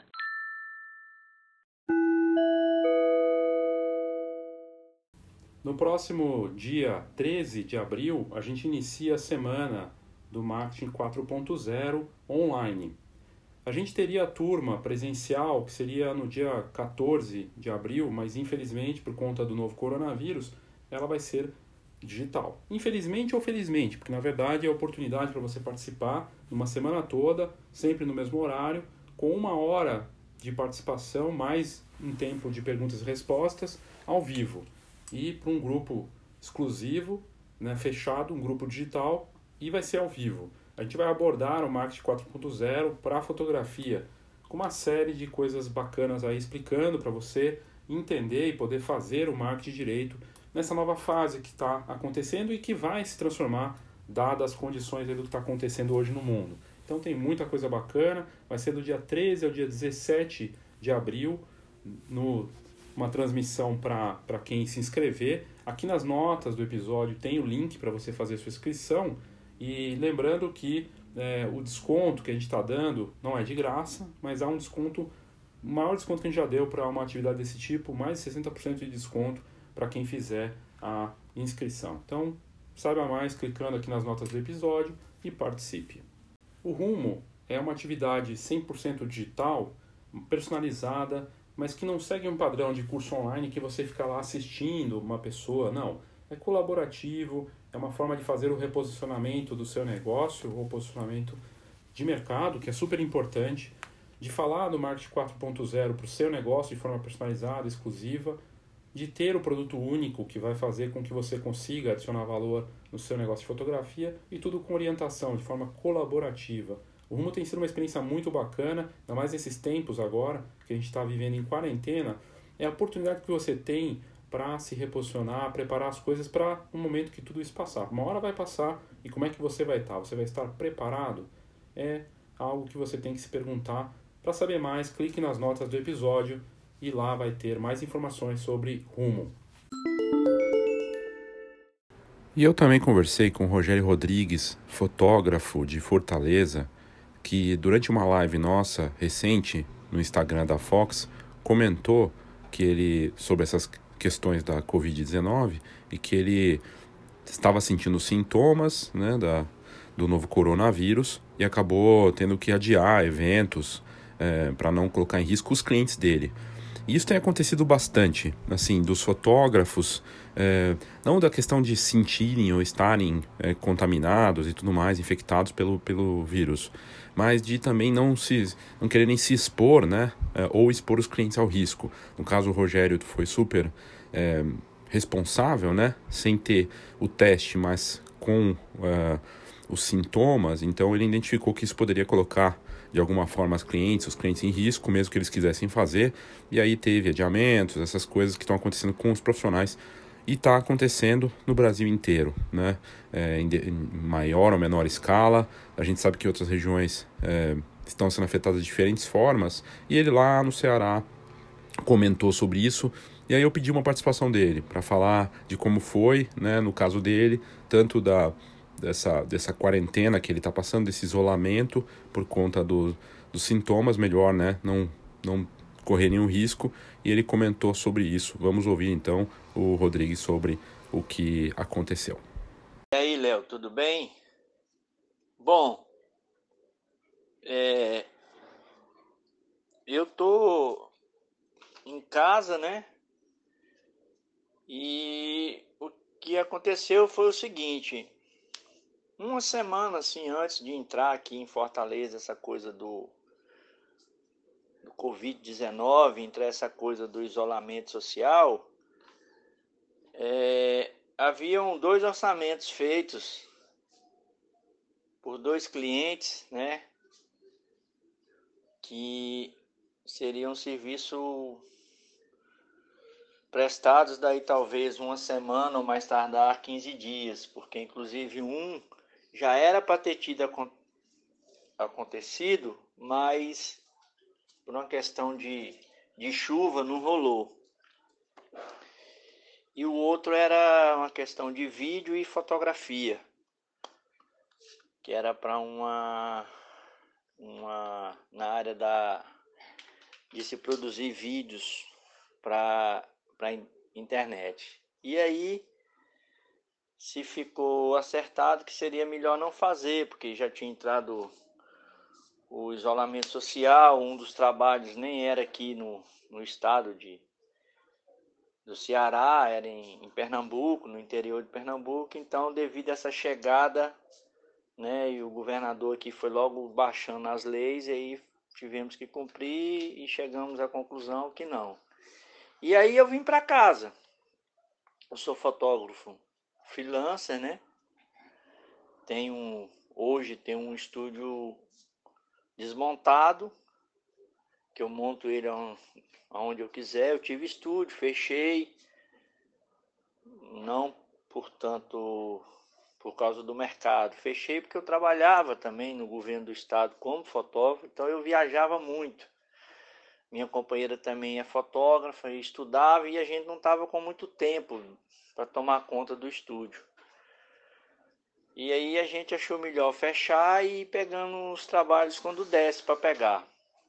No próximo dia 13 de abril, a gente inicia a semana do Marketing 4.0 online. A gente teria a turma presencial, que seria no dia 14 de abril, mas infelizmente, por conta do novo coronavírus, ela vai ser digital. Infelizmente ou felizmente, porque na verdade é a oportunidade para você participar numa semana toda, sempre no mesmo horário, com 1 hora de participação, mais um tempo de perguntas e respostas, ao vivo. E para um grupo exclusivo, né, fechado, um grupo digital, e vai ser ao vivo. A gente vai abordar o Marketing 4.0 para a fotografia, com uma série de coisas bacanas aí, explicando para você entender e poder fazer o marketing direito nessa nova fase que está acontecendo e que vai se transformar, dadas as condições do que está acontecendo hoje no mundo. Então tem muita coisa bacana, vai ser do dia 13 ao dia 17 de abril, uma transmissão para quem se inscrever. Aqui nas notas do episódio tem o link para você fazer sua inscrição. E lembrando que o desconto que a gente está dando não é de graça, mas há um desconto, o maior desconto que a gente já deu para uma atividade desse tipo, mais de 60% de desconto para quem fizer a inscrição. Então, saiba mais clicando aqui nas notas do episódio e participe. O Rumo é uma atividade 100% digital, personalizada, mas que não segue um padrão de curso online que você fica lá assistindo uma pessoa, não. É colaborativo, é uma forma de fazer o reposicionamento do seu negócio, ou posicionamento de mercado, que é super importante, de falar do Marketing 4.0 para o seu negócio de forma personalizada, exclusiva, de ter o produto único que vai fazer com que você consiga adicionar valor no seu negócio de fotografia, e tudo com orientação, de forma colaborativa. O Rumo tem sido uma experiência muito bacana, ainda mais nesses tempos agora, que a gente está vivendo em quarentena. É a oportunidade que você tem para se reposicionar, preparar as coisas para um momento que tudo isso passar. Uma hora vai passar, e como é que você vai estar? Você vai estar preparado? É algo que você tem que se perguntar. Para saber mais, clique nas notas do episódio e lá vai ter mais informações sobre Rumo. E eu também conversei com o Rogério Rodrigues, fotógrafo de Fortaleza, que durante uma live nossa recente no Instagram da Fox comentou que ele sobre essas questões da Covid-19 e que ele estava sentindo sintomas, né, do novo coronavírus e acabou tendo que adiar eventos para não colocar em risco os clientes dele. E isso tem acontecido bastante, assim, dos fotógrafos, não da questão de sentirem ou estarem contaminados e tudo mais, infectados pelo vírus, mas de também não quererem se expor, né, ou expor os clientes ao risco. No caso, o Rogério foi super responsável, né, sem ter o teste, mas com os sintomas, então ele identificou que isso poderia colocar de alguma forma os clientes em risco, mesmo que eles quisessem fazer, e aí teve adiamentos, essas coisas que estão acontecendo com os profissionais, e está acontecendo no Brasil inteiro, né? Em maior ou menor escala. A gente sabe que outras regiões estão sendo afetadas de diferentes formas, e ele lá no Ceará comentou sobre isso, e aí eu pedi uma participação dele para falar de como foi, né, no caso dele, tanto dessa quarentena que ele está passando, desse isolamento por conta dos sintomas, melhor, né, não correr nenhum risco, e ele comentou sobre isso. Vamos ouvir então o Rodrigues sobre o que aconteceu.
E aí, Léo, tudo bem? Bom, eu tô em casa, né? E o que aconteceu foi o seguinte: uma semana assim antes de entrar aqui em Fortaleza, essa coisa do Covid-19, entre essa coisa do isolamento social, haviam 2 orçamentos feitos por 2 clientes, né? Que seriam serviço prestados daí talvez uma semana ou mais tardar 15 dias, porque inclusive um já era para ter tido acontecido, mas por uma questão de chuva não rolou. E o outro era uma questão de vídeo e fotografia, que era para uma na área de se produzir vídeos para internet. E aí se ficou acertado que seria melhor não fazer, porque já tinha entrado o isolamento social. Um dos trabalhos nem era aqui no estado do Ceará, era em Pernambuco, no interior de Pernambuco. Então, devido a essa chegada, né, e o governador aqui foi logo baixando as leis, e aí tivemos que cumprir e chegamos à conclusão que não. E aí eu vim para casa. Eu sou fotógrafo freelancer, né? Hoje tem um estúdio desmontado, que eu monto ele aonde eu quiser. Eu tive estúdio, fechei, não portanto por causa do mercado, fechei porque eu trabalhava também no governo do estado como fotógrafo, então eu viajava muito. Minha companheira também é fotógrafa e estudava, e a gente não estava com muito tempo para tomar conta do estúdio. E aí a gente achou melhor fechar e ir pegando os trabalhos quando desse para pegar.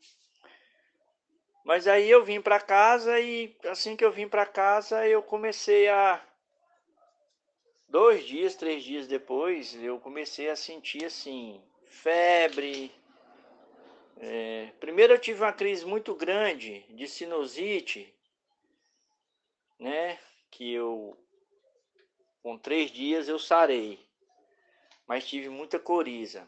Mas aí eu vim para casa, e assim que eu vim para casa eu comecei 2 dias, 3 dias depois, eu comecei a sentir assim, febre. Primeiro eu tive uma crise muito grande de sinusite, né? Que com 3 dias eu sarei, mas tive muita coriza.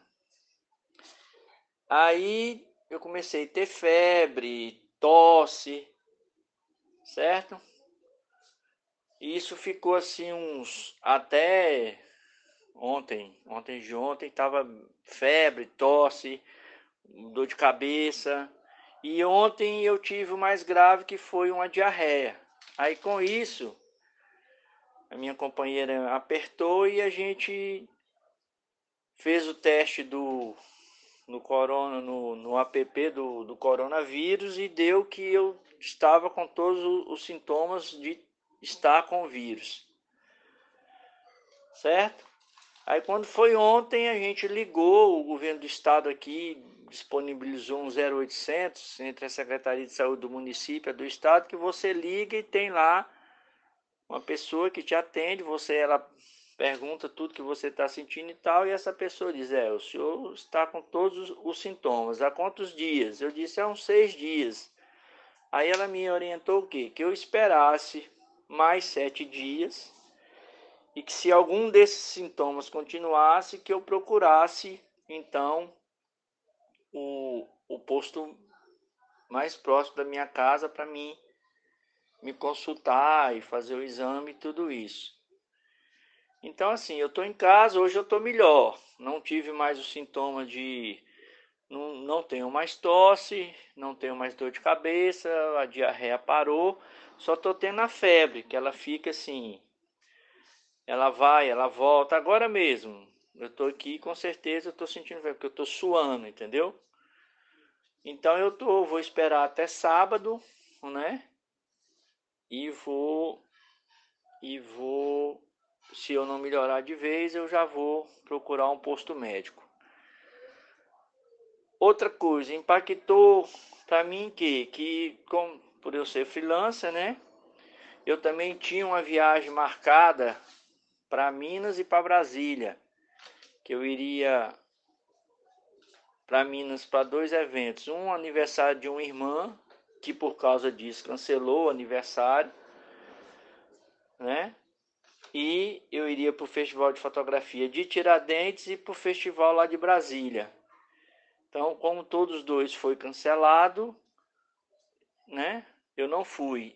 Aí eu comecei a ter febre, tosse, certo? E isso ficou assim até ontem de ontem, tava febre, tosse, dor de cabeça. E ontem eu tive o mais grave, que foi uma diarreia. Aí com isso, a minha companheira apertou e a gente fez o teste no app do coronavírus e deu que eu estava com todos os sintomas de estar com o vírus, certo? Aí quando foi ontem, a gente ligou, o governo do estado aqui disponibilizou um 0800 entre a Secretaria de Saúde do município e do estado, que você liga e tem lá uma pessoa que te atende, ela pergunta tudo que você está sentindo e tal, e essa pessoa diz, o senhor está com todos os sintomas, há quantos dias? Eu disse, há uns 6 dias. Aí ela me orientou o quê? Que eu esperasse mais 7 dias, e que se algum desses sintomas continuasse, que eu procurasse, então, o posto mais próximo da minha casa para mim me consultar e fazer o exame e tudo isso. Então, assim, eu estou em casa, hoje eu estou melhor. Não tive mais os sintomas de... Não tenho mais tosse, não tenho mais dor de cabeça, a diarreia parou. Só estou tendo a febre, que ela fica assim... Ela vai, ela volta. Agora mesmo, eu estou aqui, com certeza eu estou sentindo febre, porque eu estou suando, entendeu? Então vou esperar até sábado, né? E vou, se eu não melhorar de vez, eu já vou procurar um posto médico. Outra coisa, impactou para mim por eu ser freelancer, né? Eu também tinha uma viagem marcada para Minas e para Brasília, que eu iria para Minas para 2 eventos, um aniversário de uma irmã, que por causa disso cancelou o aniversário, né? E eu iria para o Festival de Fotografia de Tiradentes e para o Festival lá de Brasília. Então, como todos os dois foi cancelado, né? Eu não fui.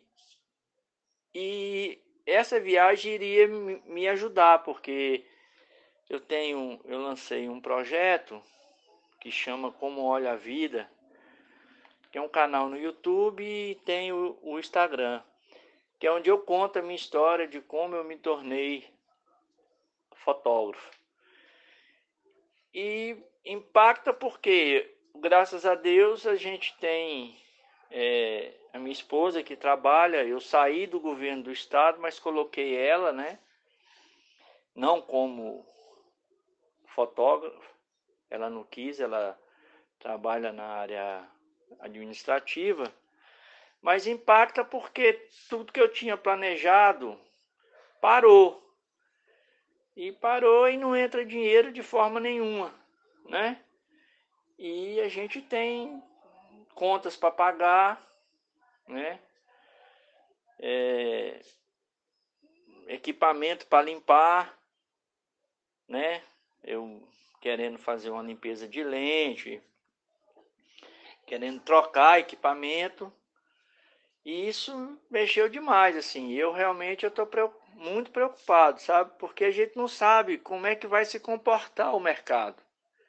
E essa viagem iria me ajudar, porque eu lancei um projeto que chama Como Olha a Vida, que é um canal no YouTube e tem o Instagram, que é onde eu conto a minha história de como eu me tornei fotógrafo. E impacta porque, graças a Deus, a gente tem a minha esposa que trabalha. Eu saí do governo do estado, mas coloquei ela, né? Não como fotógrafo, ela não quis, ela trabalha na área administrativa. Mas impacta porque tudo que eu tinha planejado parou. E parou e não entra dinheiro de forma nenhuma, né? E a gente tem contas para pagar, né? Equipamento para limpar, né? Eu querendo fazer uma limpeza de lente, querendo trocar equipamento. E isso mexeu demais, assim. Eu realmente estou muito preocupado, sabe? Porque a gente não sabe como é que vai se comportar o mercado.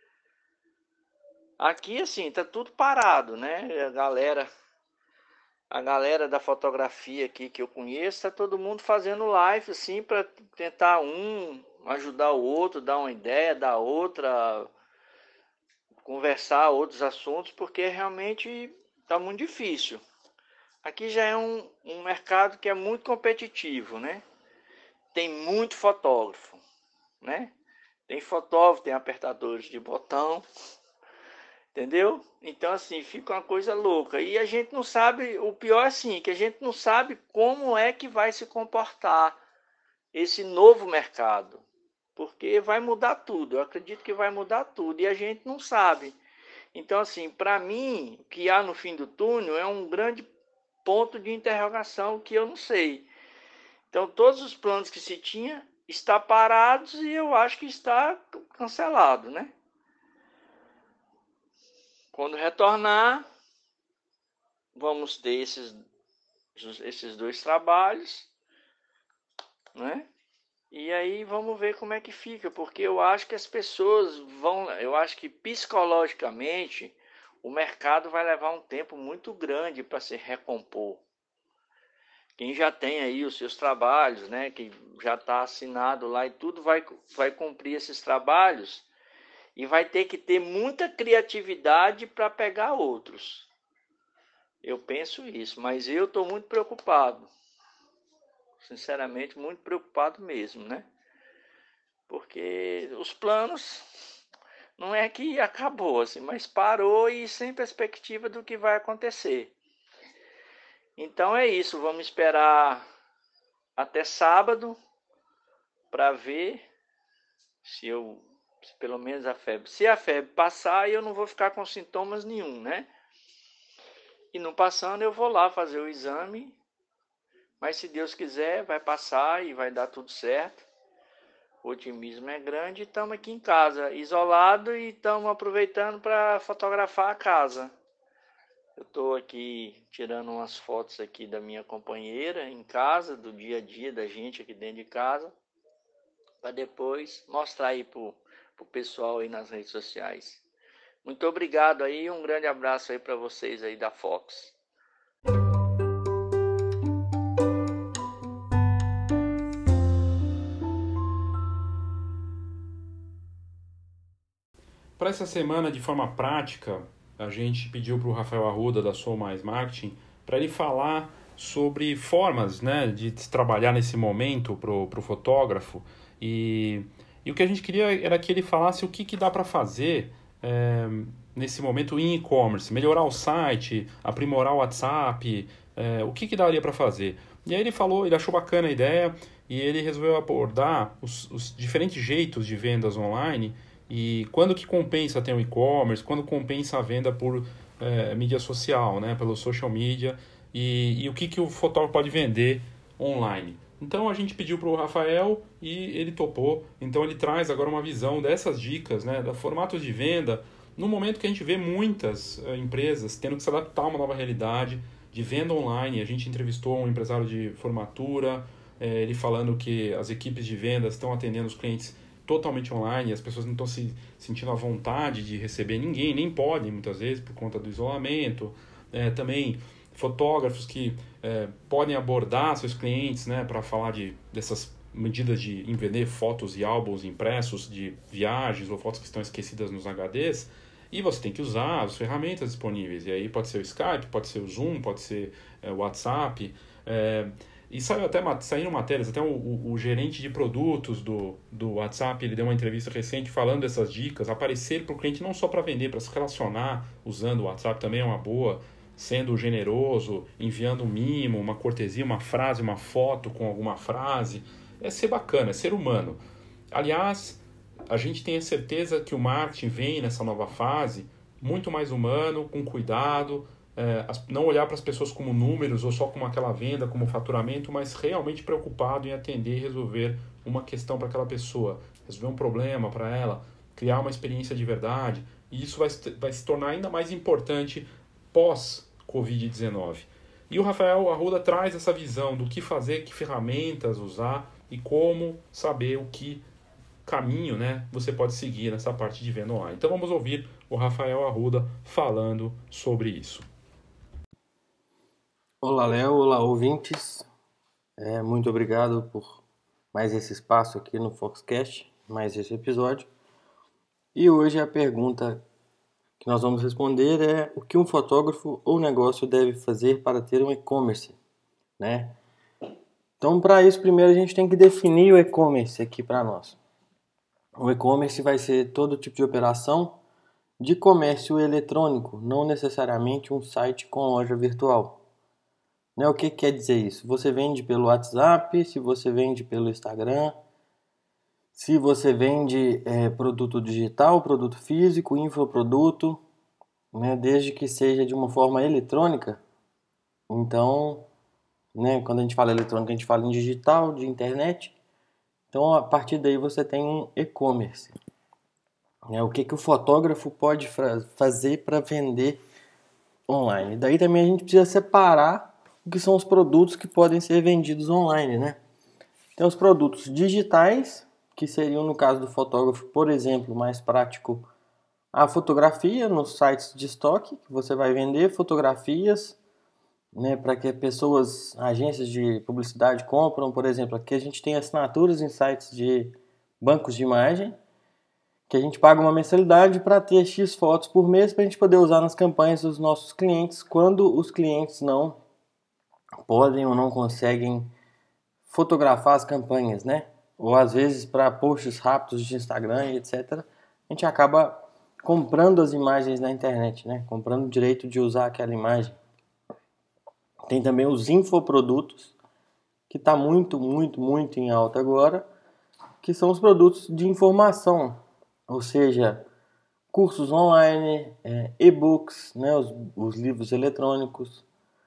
Aqui, assim, tá tudo parado, né? A galera da fotografia aqui que eu conheço, tá todo mundo fazendo live, assim, para tentar ajudar o outro, dar uma ideia da outra, conversar outros assuntos, porque realmente tá muito difícil. Aqui já é um mercado que é muito competitivo, né? Tem muito fotógrafo, né? Tem fotógrafo, tem apertadores de botão, entendeu? Então, assim, fica uma coisa louca. E a gente não sabe, o pior é assim, que a gente não sabe como é que vai se comportar esse novo mercado. Porque vai mudar tudo, eu acredito que vai mudar tudo e a gente não sabe. Então, assim, para mim, o que há no fim do túnel é um grande ponto de interrogação que eu não sei. Então, todos os planos que se tinha estão parados e eu acho que está cancelado, né? Quando retornar, vamos ter esses 2 trabalhos, né? E aí vamos ver como é que fica, porque eu acho que as pessoas eu acho que psicologicamente o mercado vai levar um tempo muito grande para se recompor. Quem já tem aí os seus trabalhos, né, que já está assinado lá e tudo, vai cumprir esses trabalhos. e vai ter que ter muita criatividade para pegar outros. Eu penso isso, mas eu estou muito preocupado. Sinceramente, muito preocupado mesmo, né? Porque os planos não é que acabou assim, mas parou e sem perspectiva do que vai acontecer. Então é isso, vamos esperar até sábado para ver se pelo menos a febre. Se a febre passar, eu não vou ficar com sintomas nenhum, né? E não passando, eu vou lá fazer o exame. Mas se Deus quiser, vai passar e vai dar tudo certo. O otimismo é grande. Estamos aqui em casa, isolado, e estamos aproveitando para fotografar a casa. Eu estou aqui tirando umas fotos aqui da minha companheira em casa, do dia a dia da gente aqui dentro de casa, para depois mostrar aí pro pessoal aí nas redes sociais. Muito obrigado aí, um grande abraço aí para vocês aí da Fox.
Para essa semana, de forma prática, a gente pediu para o Rafael Arruda, da Sou Mais Marketing, para ele falar sobre formas, né, de se trabalhar nesse momento para o fotógrafo. E o que a gente queria era que ele falasse o que dá para fazer nesse momento em e-commerce, melhorar o site, aprimorar o WhatsApp, o que daria para fazer. E aí ele falou, ele achou bacana a ideia e ele resolveu abordar os diferentes jeitos de vendas online e quando que compensa ter um e-commerce, quando compensa a venda por mídia social, né, pelo social media e o que o fotógrafo pode vender online. Então a gente pediu para o Rafael e ele topou. Então ele traz agora uma visão dessas dicas, né, da formatos de venda, no momento que a gente vê muitas empresas tendo que se adaptar a uma nova realidade de venda online. A gente entrevistou um empresário de formatura, ele falando que as equipes de vendas estão atendendo os clientes totalmente online, as pessoas não estão se sentindo à vontade de receber ninguém, nem podem muitas vezes por conta do isolamento. Também fotógrafos que podem abordar seus clientes, né, para falar dessas medidas de vender fotos e álbuns impressos de viagens ou fotos que estão esquecidas nos HDs, e você tem que usar as ferramentas disponíveis, e aí pode ser o Skype, pode ser o Zoom, pode ser o WhatsApp, e saíram matérias, até o gerente de produtos do WhatsApp, ele deu uma entrevista recente falando dessas dicas, aparecer para o cliente não só para vender, para se relacionar usando o WhatsApp também é uma boa, sendo generoso, enviando um mimo, uma cortesia, uma frase, uma foto com alguma frase, é ser bacana, é ser humano. Aliás, a gente tem a certeza que o marketing vem nessa nova fase muito mais humano, com cuidado, não olhar para as pessoas como números ou só como aquela venda, como faturamento, mas realmente preocupado em atender e resolver uma questão para aquela pessoa, resolver um problema para ela, criar uma experiência de verdade, e isso vai se tornar ainda mais importante pós-Covid-19. E o Rafael Arruda traz essa visão do que fazer, que ferramentas usar e como saber o que caminho, né, você pode seguir nessa parte de venda online. Então vamos ouvir o Rafael Arruda falando sobre isso.
Olá, Léo. Olá, ouvintes. Muito obrigado por mais esse espaço aqui no Foxcast, mais esse episódio. E hoje a pergunta que nós vamos responder é o que um fotógrafo ou negócio deve fazer para ter um e-commerce, né? Então, para isso, primeiro a gente tem que definir o e-commerce aqui para nós. O e-commerce vai ser todo tipo de operação de comércio eletrônico, não necessariamente um site com loja virtual. Né? O que quer dizer isso? Você vende pelo WhatsApp, se você vende pelo Instagram, se você vende produto digital, produto físico, infoproduto, né? Desde que seja de uma forma eletrônica. Então, né, quando a gente fala eletrônica, a gente fala em digital, de internet. Então, a partir daí você tem um e-commerce. O que o fotógrafo pode fazer para vender online. Daí também a gente precisa separar o que são os produtos que podem ser vendidos online, né? Tem os produtos digitais, que seriam, no caso do fotógrafo, por exemplo, mais prático, a fotografia nos sites de estoque, que você vai vender fotografias, né, para que agências de publicidade compram. Por exemplo, aqui a gente tem assinaturas em sites de bancos de imagem, que a gente paga uma mensalidade para ter X fotos por mês para a gente poder usar nas campanhas dos nossos clientes quando os clientes não podem ou não conseguem fotografar as campanhas, né? Ou às vezes para posts rápidos de Instagram e etc. A gente acaba comprando as imagens na internet, né? Comprando o direito de usar aquela imagem. Tem também os infoprodutos, que está muito em alta agora, que são os produtos de informação, ou seja, cursos online, e-books, né, os livros eletrônicos,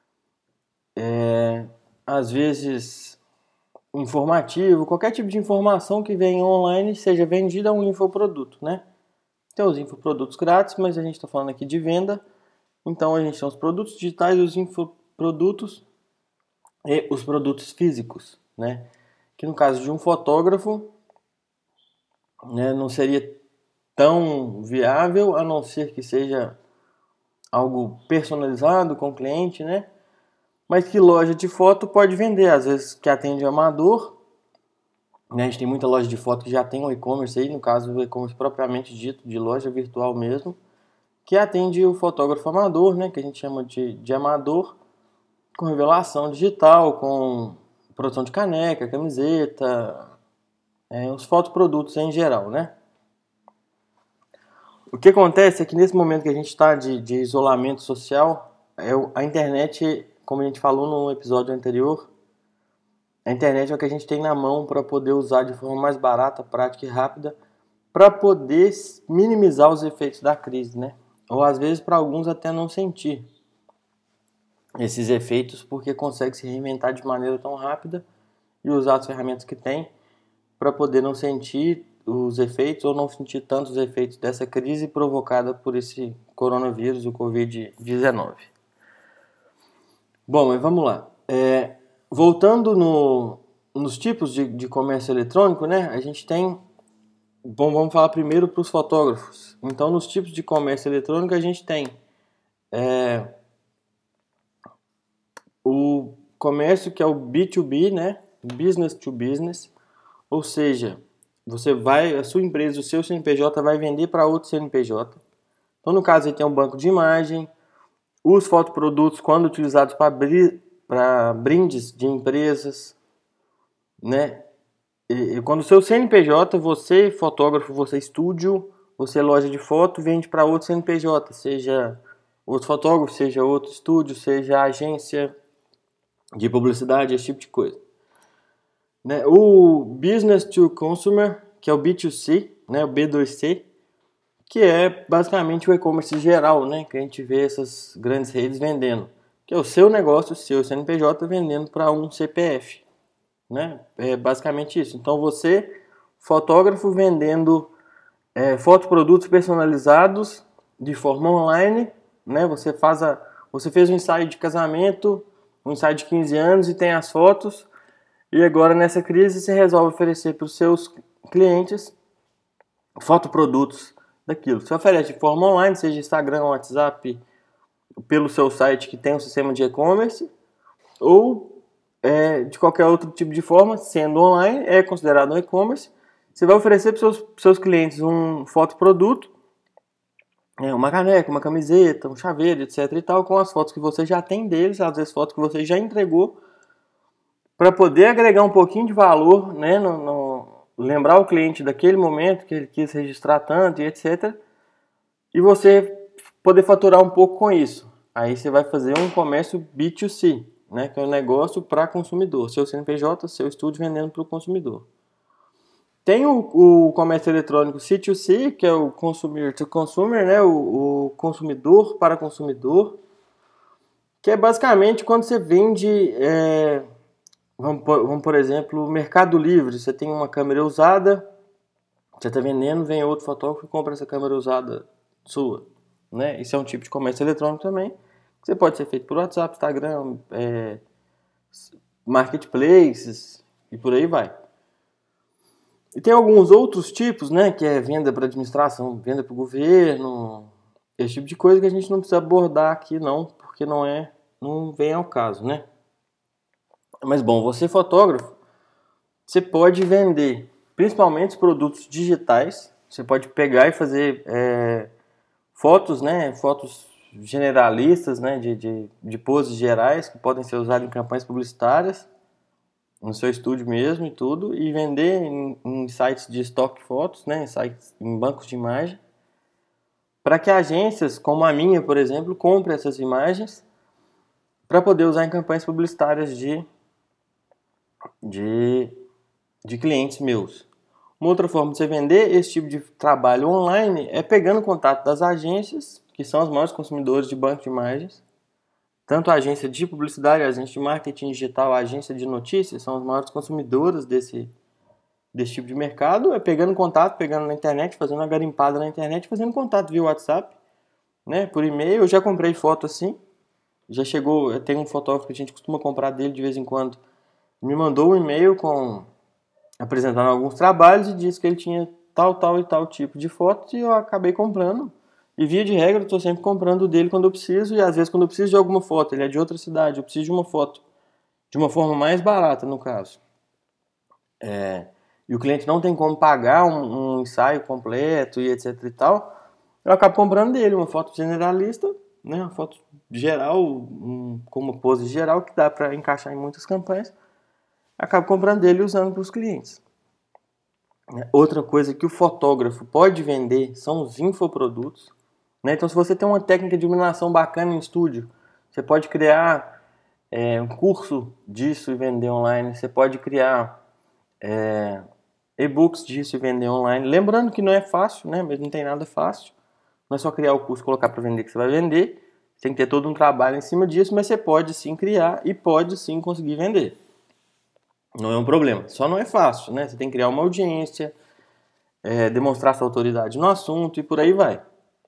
às vezes informativo, qualquer tipo de informação que venha online seja vendida a um infoproduto, né? Tem os infoprodutos grátis, mas a gente está falando aqui de venda, então a gente tem os produtos digitais, os infoprodutos e os produtos físicos, né? Que no caso de um fotógrafo, né, não seria tão viável, a não ser que seja algo personalizado com o cliente, né? Mas que loja de foto pode vender, às vezes que atende amador, né? A gente tem muita loja de foto que já tem um e-commerce aí, no caso o e-commerce propriamente dito, de loja virtual mesmo, que atende o fotógrafo amador, né? Que a gente chama de amador, com revelação digital, com produção de caneca, camiseta, os fotoprodutos em geral, né? O que acontece é que nesse momento que a gente está de isolamento social, a internet, como a gente falou no episódio anterior, a internet é o que a gente tem na mão para poder usar de forma mais barata, prática e rápida, para poder minimizar os efeitos da crise, né? Ou às vezes para alguns até não sentir esses efeitos, porque consegue se reinventar de maneira tão rápida e usar as ferramentas que tem para poder não sentir os efeitos ou não sentir tantos efeitos dessa crise provocada por esse coronavírus, o Covid-19. Bom, mas vamos lá. Voltando nos tipos de comércio eletrônico, né? A gente tem... Bom, vamos falar primeiro para os fotógrafos. Então, nos tipos de comércio eletrônico, a gente tem o comércio que é o B2B, né? Business to business. Ou seja, a sua empresa, o seu CNPJ vai vender para outro CNPJ. Então, no caso, aí tem um banco de imagem, os fotoprodutos, quando utilizados para brindes de empresas, né? E quando o seu CNPJ, você fotógrafo, você estúdio, você loja de foto, vende para outro CNPJ, seja outro fotógrafo, seja outro estúdio, seja agência de publicidade, esse tipo de coisa. Né? O Business to Consumer, que é o B2C, né? O B2C, que é basicamente o e-commerce geral, né? Que a gente vê essas grandes redes vendendo, que é o seu negócio, o seu CNPJ vendendo para um CPF, né? É basicamente isso. Então você, fotógrafo, vendendo fotoprodutos personalizados de forma online, né? Você fez um ensaio de casamento, um ensaio de 15 anos e tem as fotos. E agora, nessa crise, você resolve oferecer para os seus clientes fotoprodutos daquilo. Você oferece de forma online, seja Instagram, WhatsApp, pelo seu site que tem um sistema de e-commerce, ou de qualquer outro tipo de forma, sendo online, é considerado um e-commerce. Você vai oferecer para os seus clientes um fotoproduto, uma caneca, uma camiseta, um chaveiro, etc. e tal, com as fotos que você já tem deles, às vezes fotos que você já entregou, para poder agregar um pouquinho de valor, né, lembrar o cliente daquele momento que ele quis registrar tanto e etc. E você poder faturar um pouco com isso. Aí você vai fazer um comércio B2C, né, que é um negócio para consumidor. Seu CNPJ, seu estúdio vendendo para o consumidor. Tem o comércio eletrônico C2C, que é o consumer to consumer, né, o consumidor para consumidor, que é basicamente quando você vende... Vamos, por exemplo, Mercado Livre. Você tem uma câmera usada, você está vendendo, vem outro fotógrafo e compra essa câmera usada sua, né? Isso é um tipo de comércio eletrônico também. Você pode ser feito por WhatsApp, Instagram, marketplaces e por aí vai. E tem alguns outros tipos, né? Que é venda para administração, venda para o governo, esse tipo de coisa que a gente não precisa abordar aqui não, porque não vem ao caso, né? Mas bom, você fotógrafo, você pode vender principalmente os produtos digitais, Você pode pegar e fazer fotos, né? Fotos generalistas, né? De poses gerais que podem ser usadas em campanhas publicitárias, no seu estúdio mesmo e tudo, e vender em sites de estoque fotos, né? Em bancos de imagem, para que agências como a minha, por exemplo, comprem essas imagens para poder usar em campanhas publicitárias de clientes meus. Uma outra forma de você vender esse tipo de trabalho online é pegando o contato das agências, que são os maiores consumidores de banco de imagens. Tanto a agência de publicidade, a agência de marketing digital, a agência de notícias são os maiores consumidores desse tipo de mercado. É pegando contato, pegando na internet, fazendo uma garimpada na internet, fazendo contato via WhatsApp, né, por e-mail. Eu já comprei foto assim. Já chegou, tem um fotógrafo que a gente costuma comprar dele de vez em quando. Me mandou um e-mail apresentando alguns trabalhos e disse que ele tinha tal e tal tipo de foto, e eu acabei comprando. E via de regra, eu estou sempre comprando dele quando eu preciso, e às vezes quando eu preciso de alguma foto, ele é de outra cidade, eu preciso de uma foto de uma forma mais barata, no caso. E o cliente não tem como pagar um ensaio completo e etc e tal, eu acabo comprando dele uma foto generalista, né, uma foto geral, com uma pose geral que dá para encaixar em muitas campanhas. Acabo comprando dele e usando para os clientes. Outra coisa que o fotógrafo pode vender são os infoprodutos, né? Então, se você tem uma técnica de iluminação bacana em estúdio, você pode criar um curso disso e vender online. Você pode criar e-books disso e vender online. Lembrando que não é fácil, né? Mas não tem nada fácil. Não é só criar o curso e colocar para vender que você vai vender. Você tem que ter todo um trabalho em cima disso, mas você pode sim criar e pode sim conseguir vender. Não é um problema, só não é fácil, né? Você tem que criar uma audiência, demonstrar sua autoridade no assunto e por aí vai.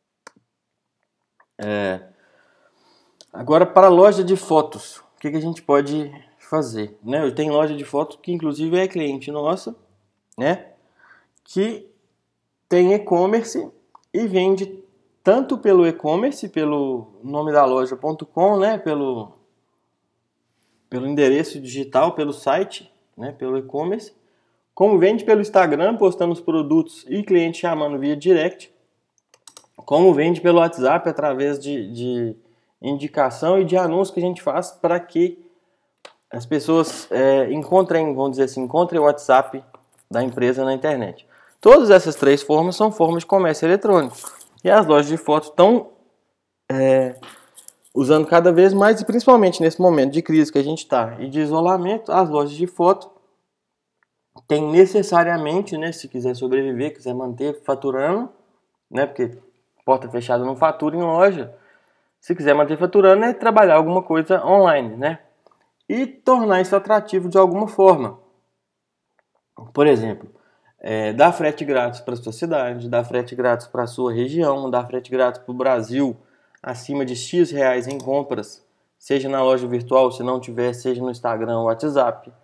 Agora, para a loja de fotos, o que a gente pode fazer? Né? Eu tenho loja de fotos que inclusive é cliente nossa, né? Que tem e-commerce e vende tanto pelo e-commerce, pelo nome da loja.com, né? Pelo endereço digital, pelo site, né, pelo e-commerce, como vende pelo Instagram, postando os produtos e cliente chamando via direct, como vende pelo WhatsApp através de indicação e de anúncio que a gente faz para que as pessoas encontrem, vamos dizer assim, encontrem o WhatsApp da empresa na internet. Todas essas três formas são formas de comércio eletrônico. E as lojas de fotos estão usando cada vez mais, e principalmente nesse momento de crise que a gente está e de isolamento, as lojas de foto têm necessariamente, né, se quiser sobreviver, quiser manter faturando, né, porque porta fechada não fatura em loja, se quiser manter faturando é trabalhar alguma coisa online, né, e tornar isso atrativo de alguma forma. Por exemplo, dar frete grátis para a sua cidade, dar frete grátis para a sua região, dar frete grátis para o Brasil, acima de X reais em compras, seja na loja virtual, se não tiver, seja no Instagram ou WhatsApp.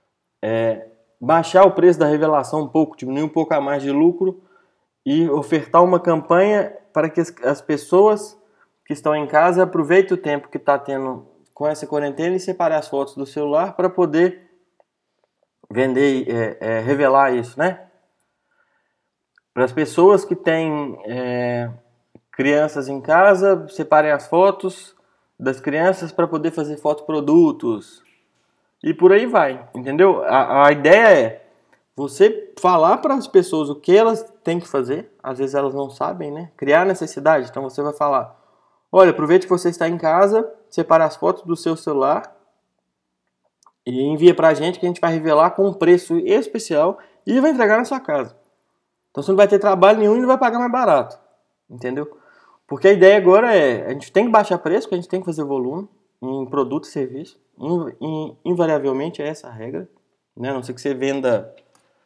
Baixar o preço da revelação um pouco, diminuir um pouco a margem de lucro e ofertar uma campanha para que as pessoas que estão em casa aproveitem o tempo que está tendo com essa quarentena e separar as fotos do celular para poder vender, revelar isso, né? Para as pessoas que têm crianças em casa, separem as fotos das crianças para poder fazer fotoprodutos. E por aí vai, entendeu? A ideia é você falar para as pessoas o que elas têm que fazer. Às vezes elas não sabem, né? Criar necessidade. Então você vai falar: olha, aproveite que você está em casa, separe as fotos do seu celular e envia para a gente que a gente vai revelar com um preço especial e vai entregar na sua casa. Então você não vai ter trabalho nenhum e não vai pagar mais barato. Entendeu? Porque a ideia agora a gente tem que baixar preço, porque a gente tem que fazer volume em produto e serviço. Invariavelmente é essa a regra, né? A não ser que você venda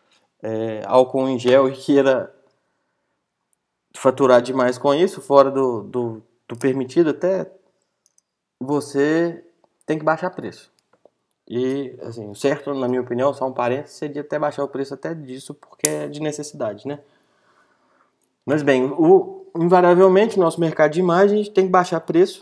álcool em gel e queira faturar demais com isso, fora do permitido até, você tem que baixar preço. E, assim, o certo, na minha opinião, só um parênteses, seria até baixar o preço até disso, porque é de necessidade, né? Mas bem, invariavelmente, no nosso mercado de imagem, a gente tem que baixar preço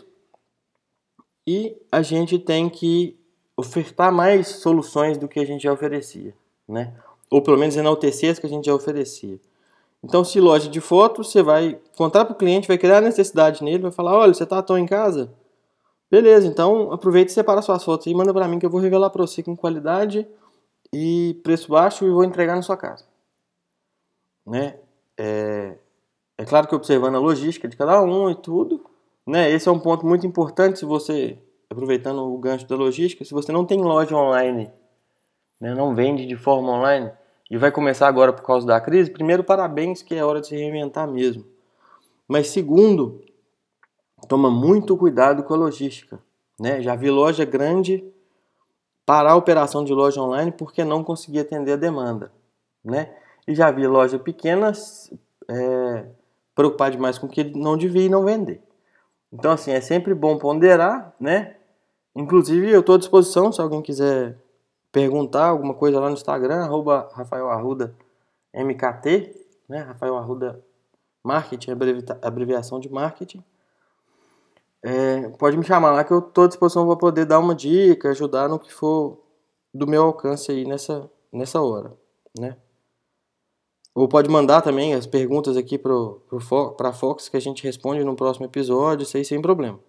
e a gente tem que ofertar mais soluções do que a gente já oferecia, né? Ou pelo menos enaltecer as que a gente já oferecia. Então, se loja de foto, você vai contar para o cliente, vai criar necessidade nele, vai falar, olha, você está à toa em casa? Beleza, então aproveita e separa suas fotos e manda para mim que eu vou revelar para você com qualidade e preço baixo e vou entregar na sua casa. Né? É claro que observando a logística de cada um e tudo, né? Esse é um ponto muito importante se você, aproveitando o gancho da logística, se você não tem loja online, né? Não vende de forma online e vai começar agora por causa da crise, primeiro, parabéns, que é hora de se reinventar mesmo. Mas segundo, toma muito cuidado com a logística. Né? Já vi loja grande parar a operação de loja online porque não conseguia atender a demanda. Né? E já vi loja pequena preocupar demais com o que não devia e não vender. Então, assim, é sempre bom ponderar, né? Inclusive, eu estou à disposição, se alguém quiser perguntar alguma coisa lá no Instagram, @RafaelArrudaMKT, né? Rafael Arruda Marketing, abreviação de marketing. Pode me chamar lá que eu estou à disposição para poder dar uma dica, ajudar no que for do meu alcance aí nessa hora, né? Ou pode mandar também as perguntas aqui para a Fox que a gente responde no próximo episódio, isso aí sem problema.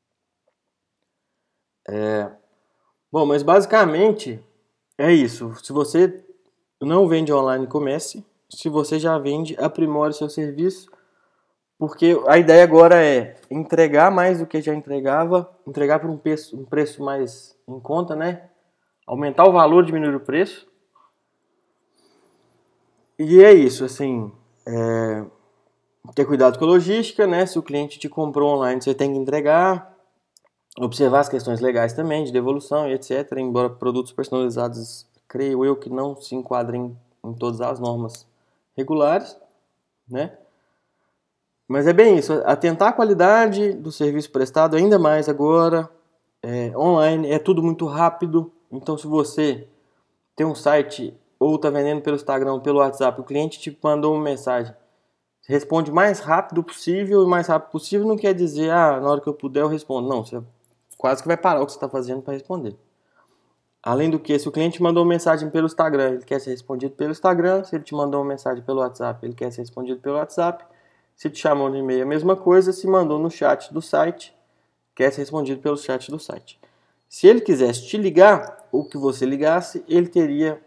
Bom, mas basicamente é isso. Se você não vende online, comece. Se você já vende, aprimore seu serviço. Porque a ideia agora é entregar mais do que já entregava, entregar por um preço mais em conta, né? Aumentar o valor, diminuir o preço. E é isso, assim, ter cuidado com a logística, né? Se o cliente te comprou online, você tem que entregar. Observar as questões legais também, de devolução e etc. Embora produtos personalizados, creio eu, que não se enquadrem em todas as normas regulares, né? Mas é bem isso, atentar à qualidade do serviço prestado, ainda mais agora, online, é tudo muito rápido. Então, se você tem um site ou está vendendo pelo Instagram ou pelo WhatsApp, o cliente te mandou uma mensagem, responde o mais rápido possível, e o mais rápido possível não quer dizer, na hora que eu puder eu respondo. Não, você quase que vai parar o que você está fazendo para responder. Além do que, se o cliente mandou uma mensagem pelo Instagram, ele quer ser respondido pelo Instagram. Se ele te mandou uma mensagem pelo WhatsApp, ele quer ser respondido pelo WhatsApp. Se te chamou no e-mail, a mesma coisa. Se mandou no chat do site, quer ser respondido pelo chat do site. Se ele quisesse te ligar, ou que você ligasse, ele teria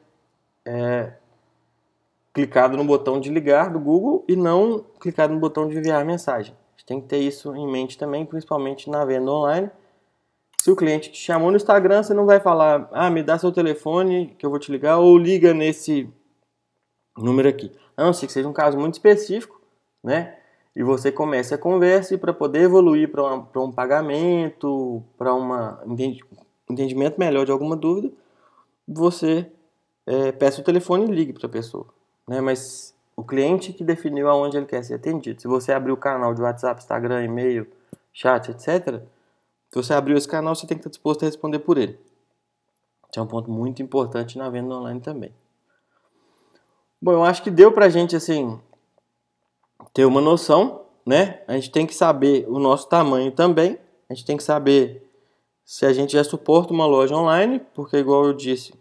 clicado no botão de ligar do Google e não clicado no botão de enviar mensagem. A gente tem que ter isso em mente também, principalmente na venda online. Se o cliente te chamou no Instagram, você não vai falar, me dá seu telefone que eu vou te ligar, ou liga nesse número aqui. A não ser que seja um caso muito específico, né? E você comece a conversa, e para poder evoluir para um pagamento, para um entendimento melhor de alguma dúvida, você peça o telefone e ligue para a pessoa. Né? Mas o cliente que definiu aonde ele quer ser atendido. Se você abrir o canal de WhatsApp, Instagram, e-mail, chat, etc., se você abrir esse canal, você tem que estar disposto a responder por ele. Isso é um ponto muito importante na venda online também. Bom, eu acho que deu pra gente, assim, ter uma noção, né? A gente tem que saber o nosso tamanho também. A gente tem que saber se a gente já suporta uma loja online, porque, igual eu disse,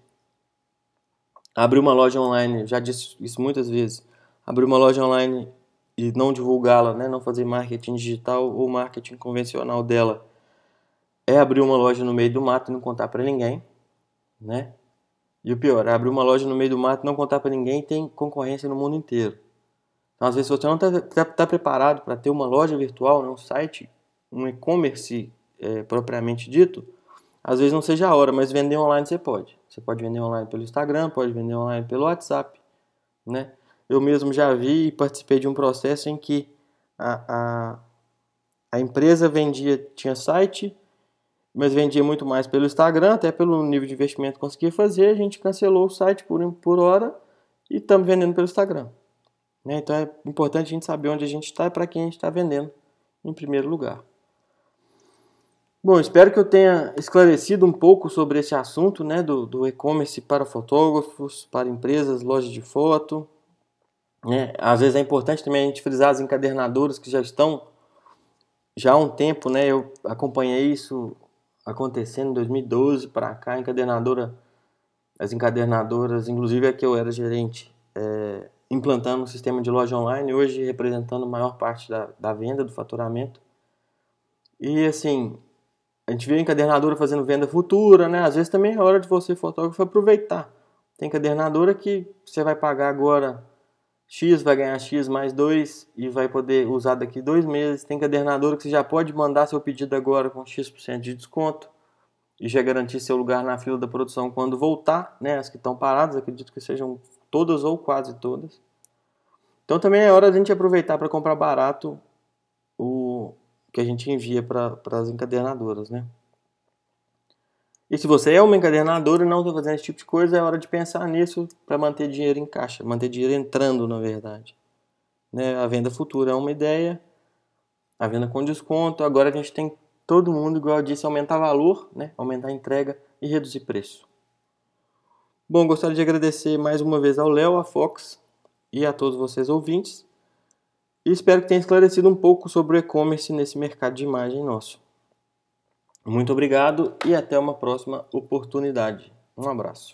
abrir uma loja online, já disse isso muitas vezes, abrir uma loja online e não divulgá-la, né? Não fazer marketing digital ou marketing convencional dela, é abrir uma loja no meio do mato e não contar para ninguém, né? E o pior, abrir uma loja no meio do mato e não contar para ninguém, tem concorrência no mundo inteiro. Então, às vezes, se você não está preparado para ter uma loja virtual, né, um site, um e-commerce propriamente dito, às vezes não seja a hora, mas vender online você pode. Você pode vender online pelo Instagram, pode vender online pelo WhatsApp, né? Eu mesmo já vi e participei de um processo em que a empresa tinha site, mas vendia muito mais pelo Instagram, até pelo nível de investimento que conseguia fazer. A gente cancelou o site por hora e estamos vendendo pelo Instagram. Né? Então é importante a gente saber onde a gente está e para quem a gente está vendendo em primeiro lugar. Bom, espero que eu tenha esclarecido um pouco sobre esse assunto, né, do e-commerce para fotógrafos, para empresas, lojas de foto. Né? Às vezes é importante também a gente frisar as encadernadoras que já estão já há um tempo, né? Eu acompanhei isso acontecendo em 2012 para cá, as encadernadoras, inclusive a que eu era gerente, implantando um sistema de loja online, hoje representando a maior parte da venda, do faturamento. E assim, a gente vê a encadernadora fazendo venda futura, né? Às vezes também é hora de você, fotógrafo, aproveitar. Tem encadernadora que você vai pagar agora X, vai ganhar X mais 2 e vai poder usar daqui 2 meses. Tem encadernadora que você já pode mandar seu pedido agora com X% de desconto e já garantir seu lugar na fila da produção quando voltar, né? As que estão paradas, acredito que sejam todas ou quase todas. Então também é hora de a gente aproveitar para comprar barato o que a gente envia para as encadernadoras, né? E se você é uma encadernadora e não está fazendo esse tipo de coisa, é hora de pensar nisso para manter dinheiro em caixa, manter dinheiro entrando, na verdade. Né? A venda futura é uma ideia, a venda com desconto. Agora a gente tem todo mundo, igual eu disse, aumentar valor, né? Aumentar a entrega e reduzir preço. Bom, gostaria de agradecer mais uma vez ao Léo, à Fox e a todos vocês ouvintes. E espero que tenha esclarecido um pouco sobre o e-commerce nesse mercado de imagem nosso. Muito obrigado e até uma próxima oportunidade. Um abraço.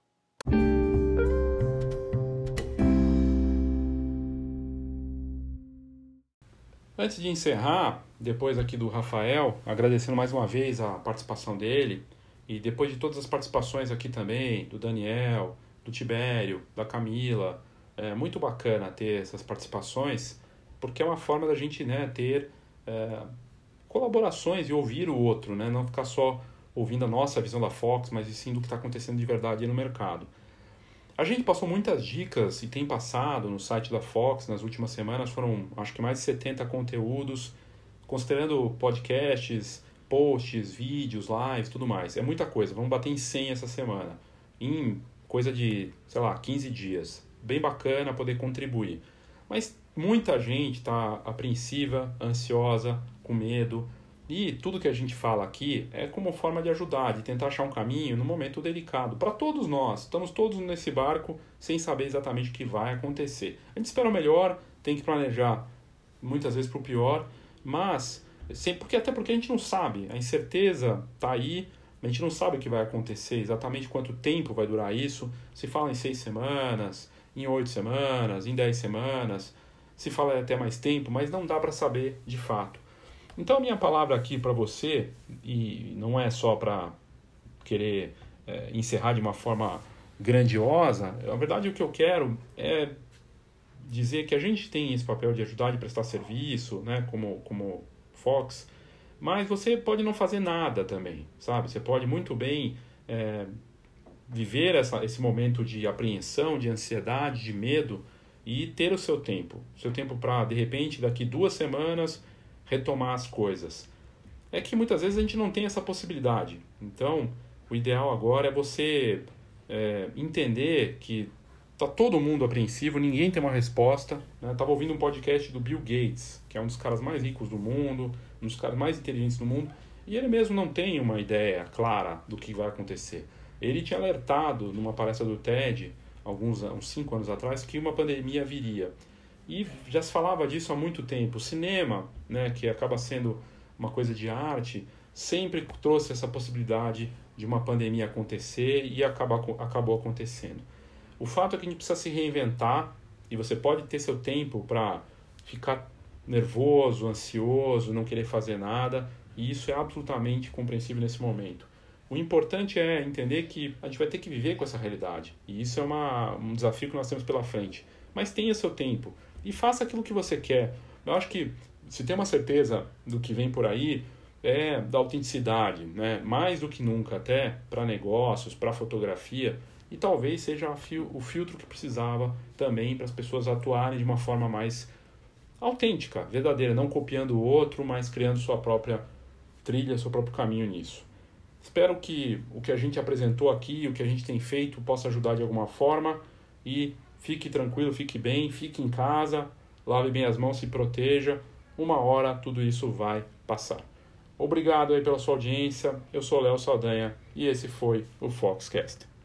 Antes de encerrar, depois aqui do Rafael, agradecendo mais uma vez a participação dele, e depois de todas as participações aqui também, do Daniel, do Tibério, da Camila, é muito bacana ter essas participações, porque é uma forma da gente, né, ter colaborações e ouvir o outro, né, não ficar só ouvindo a nossa visão da Fox, mas sim do que está acontecendo de verdade no mercado. A gente passou muitas dicas e tem passado no site da Fox nas últimas semanas, foram acho que mais de 70 conteúdos, considerando podcasts, posts, vídeos, lives, tudo mais. É muita coisa, vamos bater em 100 essa semana, em coisa de, 15 dias. Bem bacana poder contribuir. Mas muita gente está apreensiva, ansiosa, com medo. E tudo que a gente fala aqui é como forma de ajudar, de tentar achar um caminho no momento delicado. Para todos nós, estamos todos nesse barco sem saber exatamente o que vai acontecer. A gente espera o melhor, tem que planejar muitas vezes para o pior, mas até porque a gente não sabe, a incerteza está aí, a gente não sabe o que vai acontecer, exatamente quanto tempo vai durar isso. Se fala em 6 semanas, em 8 semanas, em 10 semanas, se fala até mais tempo, mas não dá para saber de fato. Então a minha palavra aqui para você, e não é só para querer encerrar de uma forma grandiosa, na verdade o que eu quero é dizer que a gente tem esse papel de ajudar, de prestar serviço, né, como Fox, mas você pode não fazer nada também, sabe? Você pode muito bem viver esse momento de apreensão, de ansiedade, de medo e ter o seu tempo para, de repente, daqui 2 semanas retomar as coisas. É que muitas vezes a gente não tem essa possibilidade. Então, o ideal agora é você entender que está todo mundo apreensivo, ninguém tem uma resposta. Estava ouvindo um podcast do Bill Gates, que é um dos caras mais ricos do mundo, um dos caras mais inteligentes do mundo, e ele mesmo não tem uma ideia clara do que vai acontecer. Ele tinha alertado numa palestra do TED, uns 5 anos atrás, que uma pandemia viria. E já se falava disso há muito tempo. O cinema, né, que acaba sendo uma coisa de arte, sempre trouxe essa possibilidade de uma pandemia acontecer e acabou acontecendo. O fato é que a gente precisa se reinventar e você pode ter seu tempo para ficar nervoso, ansioso, não querer fazer nada, e isso é absolutamente compreensível nesse momento. O importante é entender que a gente vai ter que viver com essa realidade, e isso é um desafio que nós temos pela frente. Mas tenha seu tempo e faça aquilo que você quer. Eu acho que se tem uma certeza do que vem por aí, é da autenticidade, né? Mais do que nunca, até para negócios, para fotografia, e talvez seja o filtro que precisava também para as pessoas atuarem de uma forma mais autêntica, verdadeira, não copiando o outro, mas criando sua própria trilha, seu próprio caminho nisso. Espero que o que a gente apresentou aqui, o que a gente tem feito, possa ajudar de alguma forma, e fique tranquilo, fique bem, fique em casa, lave bem as mãos, se proteja. Uma hora tudo isso vai passar. Obrigado aí pela sua audiência. Eu sou Léo Saldanha e esse foi o Foxcast.